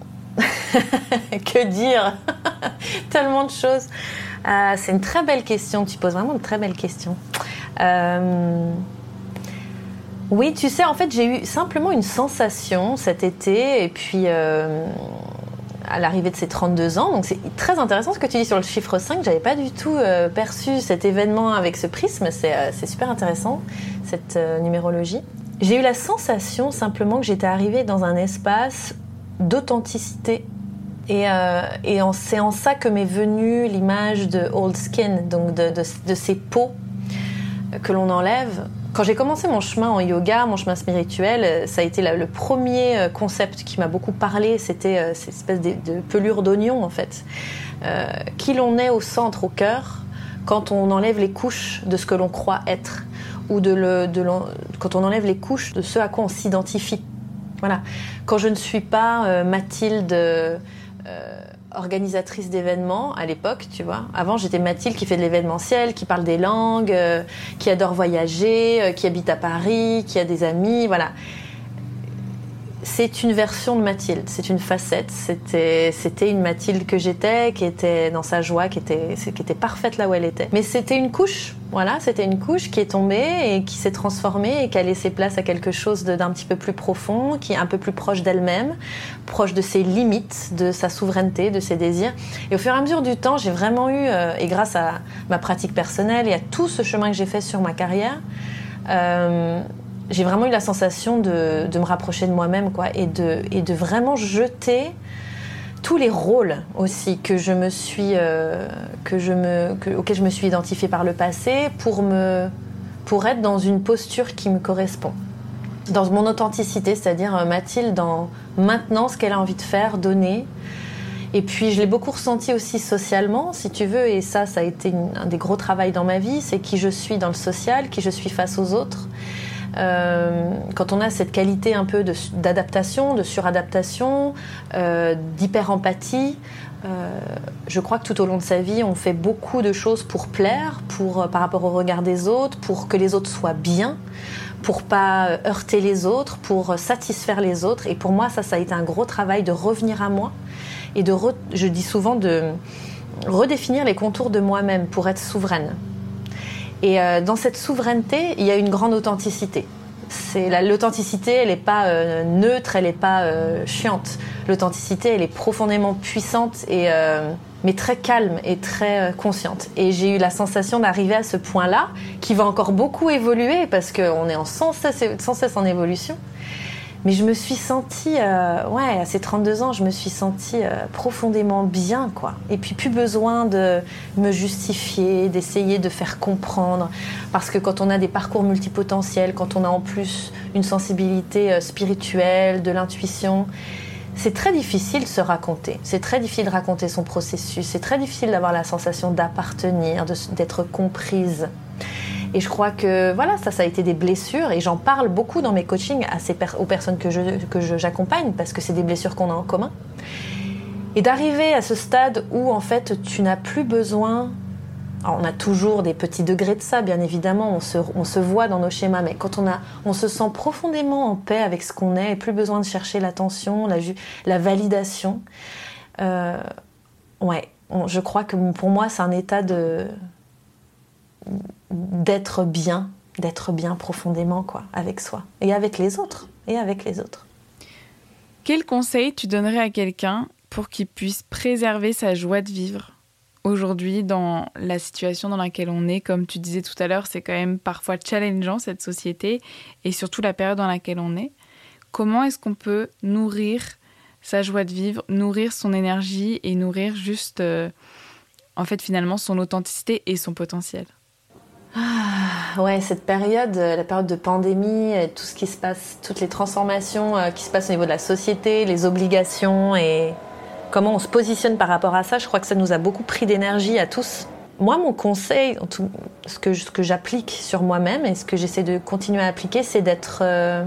Que dire? Tellement de choses. Euh, c'est une très belle question. Tu poses vraiment une très belle question. Euh... Oui, tu sais, en fait, j'ai eu simplement une sensation cet été, et puis euh, à l'arrivée de ces trente-deux ans, donc c'est très intéressant ce que tu dis sur le chiffre cinq, j'avais pas du tout euh, perçu cet événement avec ce prisme, c'est, euh, c'est super intéressant, cette euh, numérologie. J'ai eu la sensation simplement que j'étais arrivée dans un espace d'authenticité, et, euh, et en, c'est en ça que m'est venue l'image de old skin, donc de, de, de ces peaux que l'on enlève. Quand j'ai commencé mon chemin en yoga, mon chemin spirituel, ça a été la, le premier concept qui m'a beaucoup parlé, c'était euh, cette espèce de, de pelure d'oignon en fait. Euh, qui l'on est au centre, au cœur, quand on enlève les couches de ce que l'on croit être, ou de le, de quand on enlève les couches de ce à quoi on s'identifie. Voilà. Quand je ne suis pas euh, Mathilde... Euh, organisatrice d'événements à l'époque, tu vois. Avant, j'étais Mathilde qui fait de l'événementiel, qui parle des langues, euh, qui adore voyager, euh, qui habite à Paris, qui a des amis, voilà. C'est une version de Mathilde, c'est une facette. C'était, c'était une Mathilde que j'étais, qui était dans sa joie, qui était, qui était parfaite là où elle était. Mais c'était une couche, voilà, c'était une couche qui est tombée et qui s'est transformée et qui a laissé place à quelque chose de, d'un petit peu plus profond, qui est un peu plus proche d'elle-même, proche de ses limites, de sa souveraineté, de ses désirs. Et au fur et à mesure du temps, j'ai vraiment eu, euh, et grâce à ma pratique personnelle et à tout ce chemin que j'ai fait sur ma carrière, euh, j'ai vraiment eu la sensation de, de me rapprocher de moi-même, quoi, et de, et de vraiment jeter tous les rôles aussi que je me suis, euh, que je me, que, auxquels je me suis identifiée par le passé pour, me, pour être dans une posture qui me correspond. Dans mon authenticité, c'est-à-dire Mathilde dans maintenant ce qu'elle a envie de faire, donner. Et puis je l'ai beaucoup ressenti aussi socialement, si tu veux, et ça, ça a été une, un des gros travaux dans ma vie, c'est qui je suis dans le social, qui je suis face aux autres. Euh, quand on a cette qualité un peu de, d'adaptation, de suradaptation, euh, d'hyper-empathie, euh, je crois que tout au long de sa vie, on fait beaucoup de choses pour plaire, pour, par rapport au regard des autres, pour que les autres soient bien, pour pas heurter les autres, pour satisfaire les autres. Et pour moi, ça, ça a été un gros travail de revenir à moi et de, re, je dis souvent, de redéfinir les contours de moi-même pour être souveraine. Et euh, dans cette souveraineté, il y a une grande authenticité. C'est la, l'authenticité, elle n'est pas euh, neutre, elle n'est pas euh, chiante. L'authenticité, elle est profondément puissante, et, euh, mais très calme et très euh, consciente. Et j'ai eu la sensation d'arriver à ce point-là, qui va encore beaucoup évoluer, parce qu'on est en sans cesse, sans cesse en évolution. Mais je me suis sentie, euh, ouais, à ces trente-deux ans, je me suis sentie euh, profondément bien, quoi. Et puis plus besoin de me justifier, d'essayer de faire comprendre. Parce que quand on a des parcours multipotentiels, quand on a en plus une sensibilité euh, spirituelle, de l'intuition, c'est très difficile de se raconter. C'est très difficile de raconter son processus. C'est très difficile d'avoir la sensation d'appartenir, de, d'être comprise. Et je crois que voilà, ça, ça a été des blessures, et j'en parle beaucoup dans mes coachings à ces per- aux personnes que, je, que je, j'accompagne, parce que c'est des blessures qu'on a en commun. Et d'arriver à ce stade où en fait tu n'as plus besoin. Alors, on a toujours des petits degrés de ça, bien évidemment, on se, on se voit dans nos schémas, mais quand on, a, on se sent profondément en paix avec ce qu'on est, et plus besoin de chercher l'attention, la, la validation, euh, ouais, on, je crois que pour moi c'est un état de... d'être bien, d'être bien profondément, quoi, avec soi et avec les autres, et avec les autres. Quel conseil tu donnerais à quelqu'un pour qu'il puisse préserver sa joie de vivre aujourd'hui dans la situation dans laquelle on est? Comme tu disais tout à l'heure, c'est quand même parfois challengeant, cette société, et surtout la période dans laquelle on est. Comment est-ce qu'on peut nourrir sa joie de vivre, nourrir son énergie et nourrir juste, euh, en fait, finalement, son authenticité et son potentiel? Ah, ouais, cette période, la période de pandémie, tout ce qui se passe, toutes les transformations qui se passent au niveau de la société, les obligations et comment on se positionne par rapport à ça, je crois que ça nous a beaucoup pris d'énergie à tous. Moi, mon conseil, tout, ce, que, ce que j'applique sur moi-même et ce que j'essaie de continuer à appliquer, c'est d'être, euh,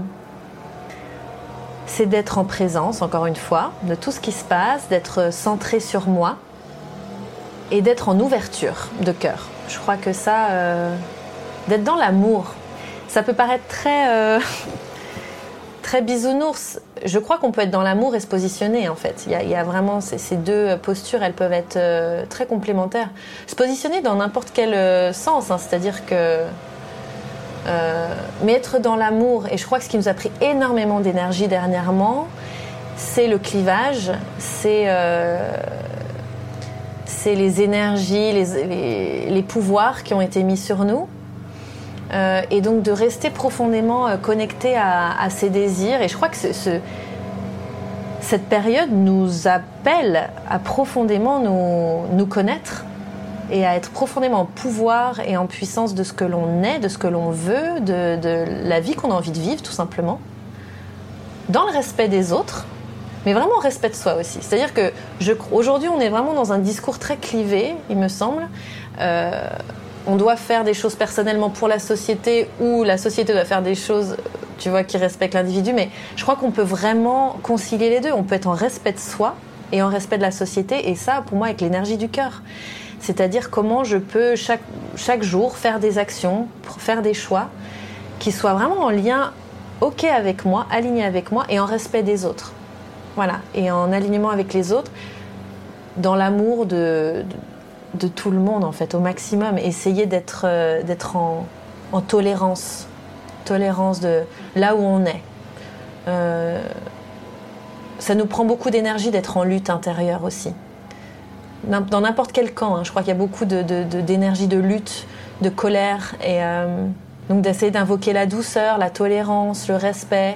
c'est d'être en présence, encore une fois, de tout ce qui se passe, d'être centré sur moi et d'être en ouverture de cœur. Je crois que ça, euh, d'être dans l'amour, ça peut paraître très, euh, très bisounours. Je crois qu'on peut être dans l'amour et se positionner, en fait. Il y a, il y a vraiment ces, ces deux postures, elles peuvent être euh, très complémentaires. Se positionner dans n'importe quel euh, sens, hein, c'est-à-dire que... Euh, mais être dans l'amour, et je crois que ce qui nous a pris énormément d'énergie dernièrement, c'est le clivage, c'est... Euh, c'est les énergies, les, les, les pouvoirs qui ont été mis sur nous. Euh, et donc de rester profondément euh, connecté à, à ces désirs. Et je crois que ce, ce, cette période nous appelle à profondément nous, nous connaître et à être profondément en pouvoir et en puissance de ce que l'on est, de ce que l'on veut, de, de la vie qu'on a envie de vivre, tout simplement. Dans le respect des autres, mais vraiment au respect de soi aussi. C'est-à-dire que je, aujourd'hui, on est vraiment dans un discours très clivé, il me semble. Euh, on doit faire des choses personnellement pour la société, ou la société doit faire des choses, tu vois, qui respectent l'individu. Mais je crois qu'on peut vraiment concilier les deux. On peut être en respect de soi et en respect de la société, et ça, pour moi, avec l'énergie du cœur. C'est-à-dire comment je peux chaque, chaque jour faire des actions, faire des choix qui soient vraiment en lien, ok avec moi, alignés avec moi et en respect des autres. Voilà, et en alignement avec les autres, dans l'amour de, de, de tout le monde, en fait, au maximum. Essayer d'être, euh, d'être en, en tolérance, tolérance de là où on est. Euh, ça nous prend beaucoup d'énergie d'être en lutte intérieure aussi. Dans n'importe quel camp, hein, je crois qu'il y a beaucoup de, de, de, d'énergie de lutte, de colère, et euh, donc d'essayer d'invoquer la douceur, la tolérance, le respect.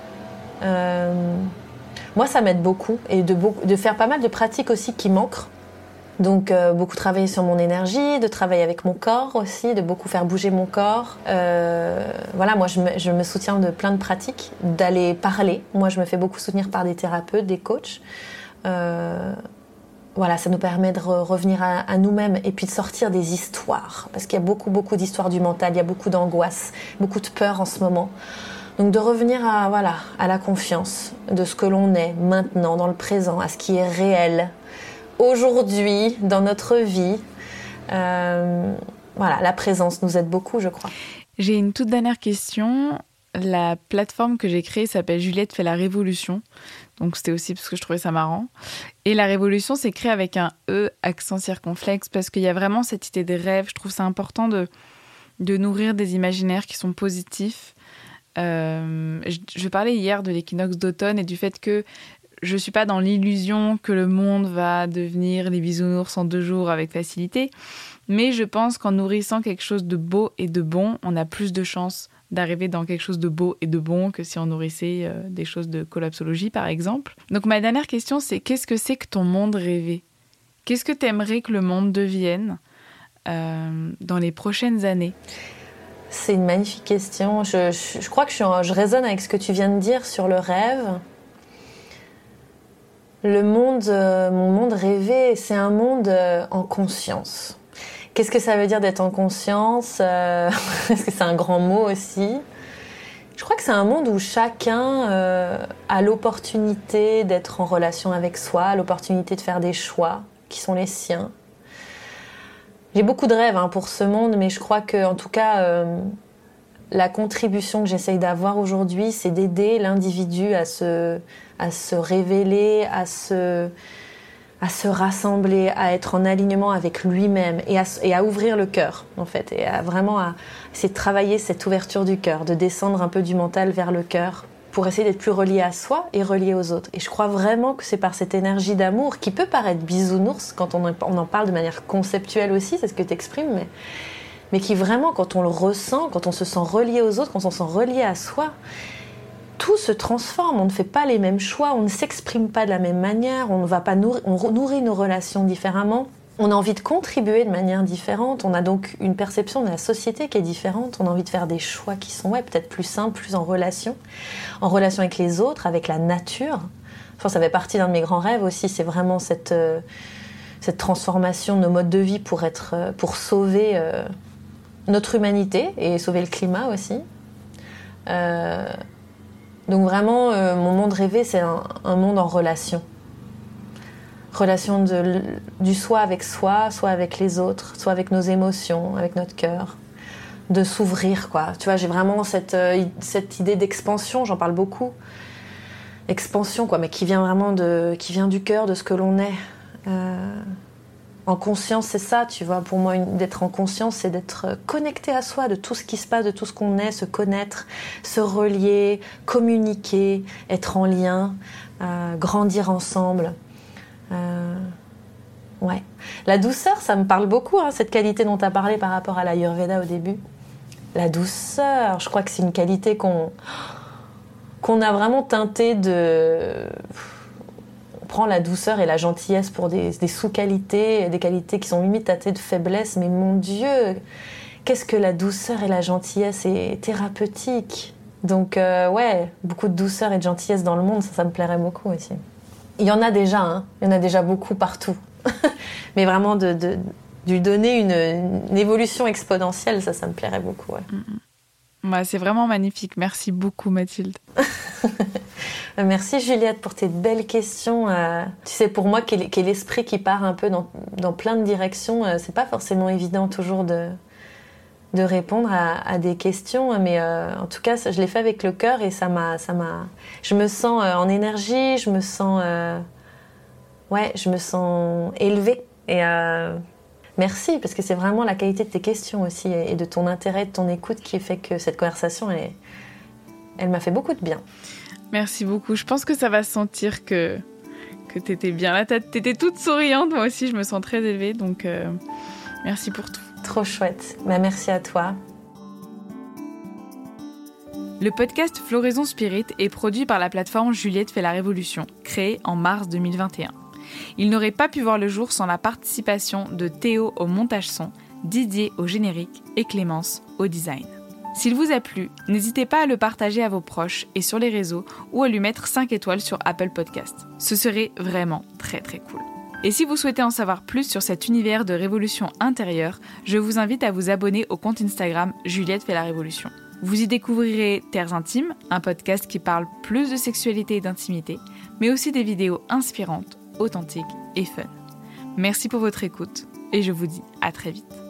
Euh, moi, ça m'aide beaucoup, et de, beaucoup, de faire pas mal de pratiques aussi qui manquent. Donc, euh, beaucoup travailler sur mon énergie, de travailler avec mon corps aussi, de beaucoup faire bouger mon corps. Euh, voilà, moi, je me, je me soutiens de plein de pratiques, d'aller parler. Moi, je me fais beaucoup soutenir par des thérapeutes, des coachs. Euh, Voilà, ça nous permet de re- revenir à, à nous-mêmes et puis de sortir des histoires. Parce qu'il y a beaucoup, beaucoup d'histoires du mental, il y a beaucoup d'angoisse, beaucoup de peur en ce moment. Donc de revenir à, voilà, à la confiance de ce que l'on est maintenant, dans le présent, à ce qui est réel, aujourd'hui, dans notre vie. Euh, voilà, la présence nous aide beaucoup, je crois. J'ai une toute dernière question. La plateforme que j'ai créée s'appelle Juliette fait la révolution. Donc c'était aussi parce que je trouvais ça marrant. Et la révolution, c'est créé avec un E, accent circonflexe, parce qu'il y a vraiment cette idée des rêves. Je trouve ça important de, de nourrir des imaginaires qui sont positifs. Euh, je, je parlais hier de l'équinoxe d'automne et du fait que je ne suis pas dans l'illusion que le monde va devenir les bisounours en deux jours avec facilité. Mais je pense qu'en nourrissant quelque chose de beau et de bon, on a plus de chances d'arriver dans quelque chose de beau et de bon que si on nourrissait euh, des choses de collapsologie, par exemple. Donc ma dernière question, c'est qu'est-ce que c'est que ton monde rêvé ? Qu'est-ce que tu aimerais que le monde devienne euh, dans les prochaines années ? C'est une magnifique question. Je, je, je crois que je, suis en, je résonne avec ce que tu viens de dire sur le rêve. Le monde, euh, mon monde rêvé, c'est un monde euh, en conscience. Qu'est-ce que ça veut dire d'être en conscience ? euh, Est-ce que c'est un grand mot aussi ? Je crois que c'est un monde où chacun euh, a l'opportunité d'être en relation avec soi, l'opportunité de faire des choix qui sont les siens. J'ai beaucoup de rêves hein, pour ce monde, mais je crois que, en tout cas, euh, la contribution que j'essaye d'avoir aujourd'hui, c'est d'aider l'individu à se, à se révéler, à se... à se rassembler, à être en alignement avec lui-même et à, et à ouvrir le cœur, en fait, et à vraiment à essayer de travailler cette ouverture du cœur, de descendre un peu du mental vers le cœur pour essayer d'être plus relié à soi et relié aux autres. Et je crois vraiment que c'est par cette énergie d'amour qui peut paraître bisounours quand on, on en parle de manière conceptuelle aussi, c'est ce que tu exprimes, mais, mais qui vraiment, quand on le ressent, quand on se sent relié aux autres, quand on se sent relié à soi, tout se transforme, on ne fait pas les mêmes choix, on ne s'exprime pas de la même manière, on ne va pas nourrir, on nourrit nos relations différemment, on a envie de contribuer de manière différente, on a donc une perception de la société qui est différente, on a envie de faire des choix qui sont ouais, peut-être plus simples, plus en relation, en relation avec les autres, avec la nature. Enfin, ça fait partie d'un de mes grands rêves aussi, c'est vraiment cette, euh, cette transformation de nos modes de vie pour, être, euh, pour sauver euh, notre humanité et sauver le climat aussi. Euh, Donc vraiment, euh, mon monde rêvé, c'est un, un monde en relation. Relation de, du soi avec soi, soit avec les autres, soit avec nos émotions, avec notre cœur. De s'ouvrir, quoi. Tu vois, j'ai vraiment cette, euh, cette idée d'expansion, j'en parle beaucoup. Expansion, quoi, mais qui vient vraiment de, qui vient du cœur, de ce que l'on est. Euh, en conscience, c'est ça, tu vois. Pour moi, une, d'être en conscience, c'est d'être connecté à soi, de tout ce qui se passe, de tout ce qu'on est, se connaître, se relier, communiquer, être en lien, euh, grandir ensemble. Euh, ouais. La douceur, ça me parle beaucoup, hein, cette qualité dont tu as parlé par rapport à l'Ayurveda au début. La douceur, je crois que c'est une qualité qu'on, qu'on a vraiment teintée de... On prend la douceur et la gentillesse pour des, des sous-qualités, des qualités qui sont limite teintées de faiblesse, mais mon Dieu, qu'est-ce que la douceur et la gentillesse est thérapeutique. Donc euh, ouais, beaucoup de douceur et de gentillesse dans le monde, ça, ça me plairait beaucoup aussi. Il y en a déjà, hein, il y en a déjà beaucoup partout. Mais vraiment de, de, de lui donner une, une évolution exponentielle, ça, ça me plairait beaucoup. Ouais. Mmh. Ouais, c'est vraiment magnifique. Merci beaucoup, Mathilde. Merci Juliette pour tes belles questions. Euh, tu sais, pour moi, qui est, qui est l'esprit qui part un peu dans, dans plein de directions, euh, c'est pas forcément évident toujours de, de répondre à, à des questions, mais euh, en tout cas, ça, je l'ai fait avec le cœur et ça m'a, ça m'a. Je me sens euh, en énergie, je me sens, euh, ouais, je me sens élevée et. Euh, Merci, parce que c'est vraiment la qualité de tes questions aussi et de ton intérêt, de ton écoute qui fait que cette conversation, elle, elle m'a fait beaucoup de bien. Merci beaucoup. Je pense que ça va se sentir que, que tu étais bien là. Tu étais toute souriante. Moi aussi, je me sens très élevée. Donc, euh, merci pour tout. Trop chouette. Bah, merci à toi. Le podcast Floraison Spirit est produit par la plateforme Juliette fait la révolution, créée en mars deux mille vingt et un. Il n'aurait pas pu voir le jour sans la participation de Théo au montage son, Didier au générique et Clémence au design. S'il vous a plu, n'hésitez pas à le partager à vos proches et sur les réseaux ou à lui mettre cinq étoiles sur Apple Podcast. Ce serait vraiment très très cool. Et si vous souhaitez en savoir plus sur cet univers de révolution intérieure, je vous invite à vous abonner au compte Instagram Juliette fait la révolution. Vous y découvrirez Terres Intimes, un podcast qui parle plus de sexualité et d'intimité, mais aussi des vidéos inspirantes, authentique et fun. Merci pour votre écoute et je vous dis à très vite.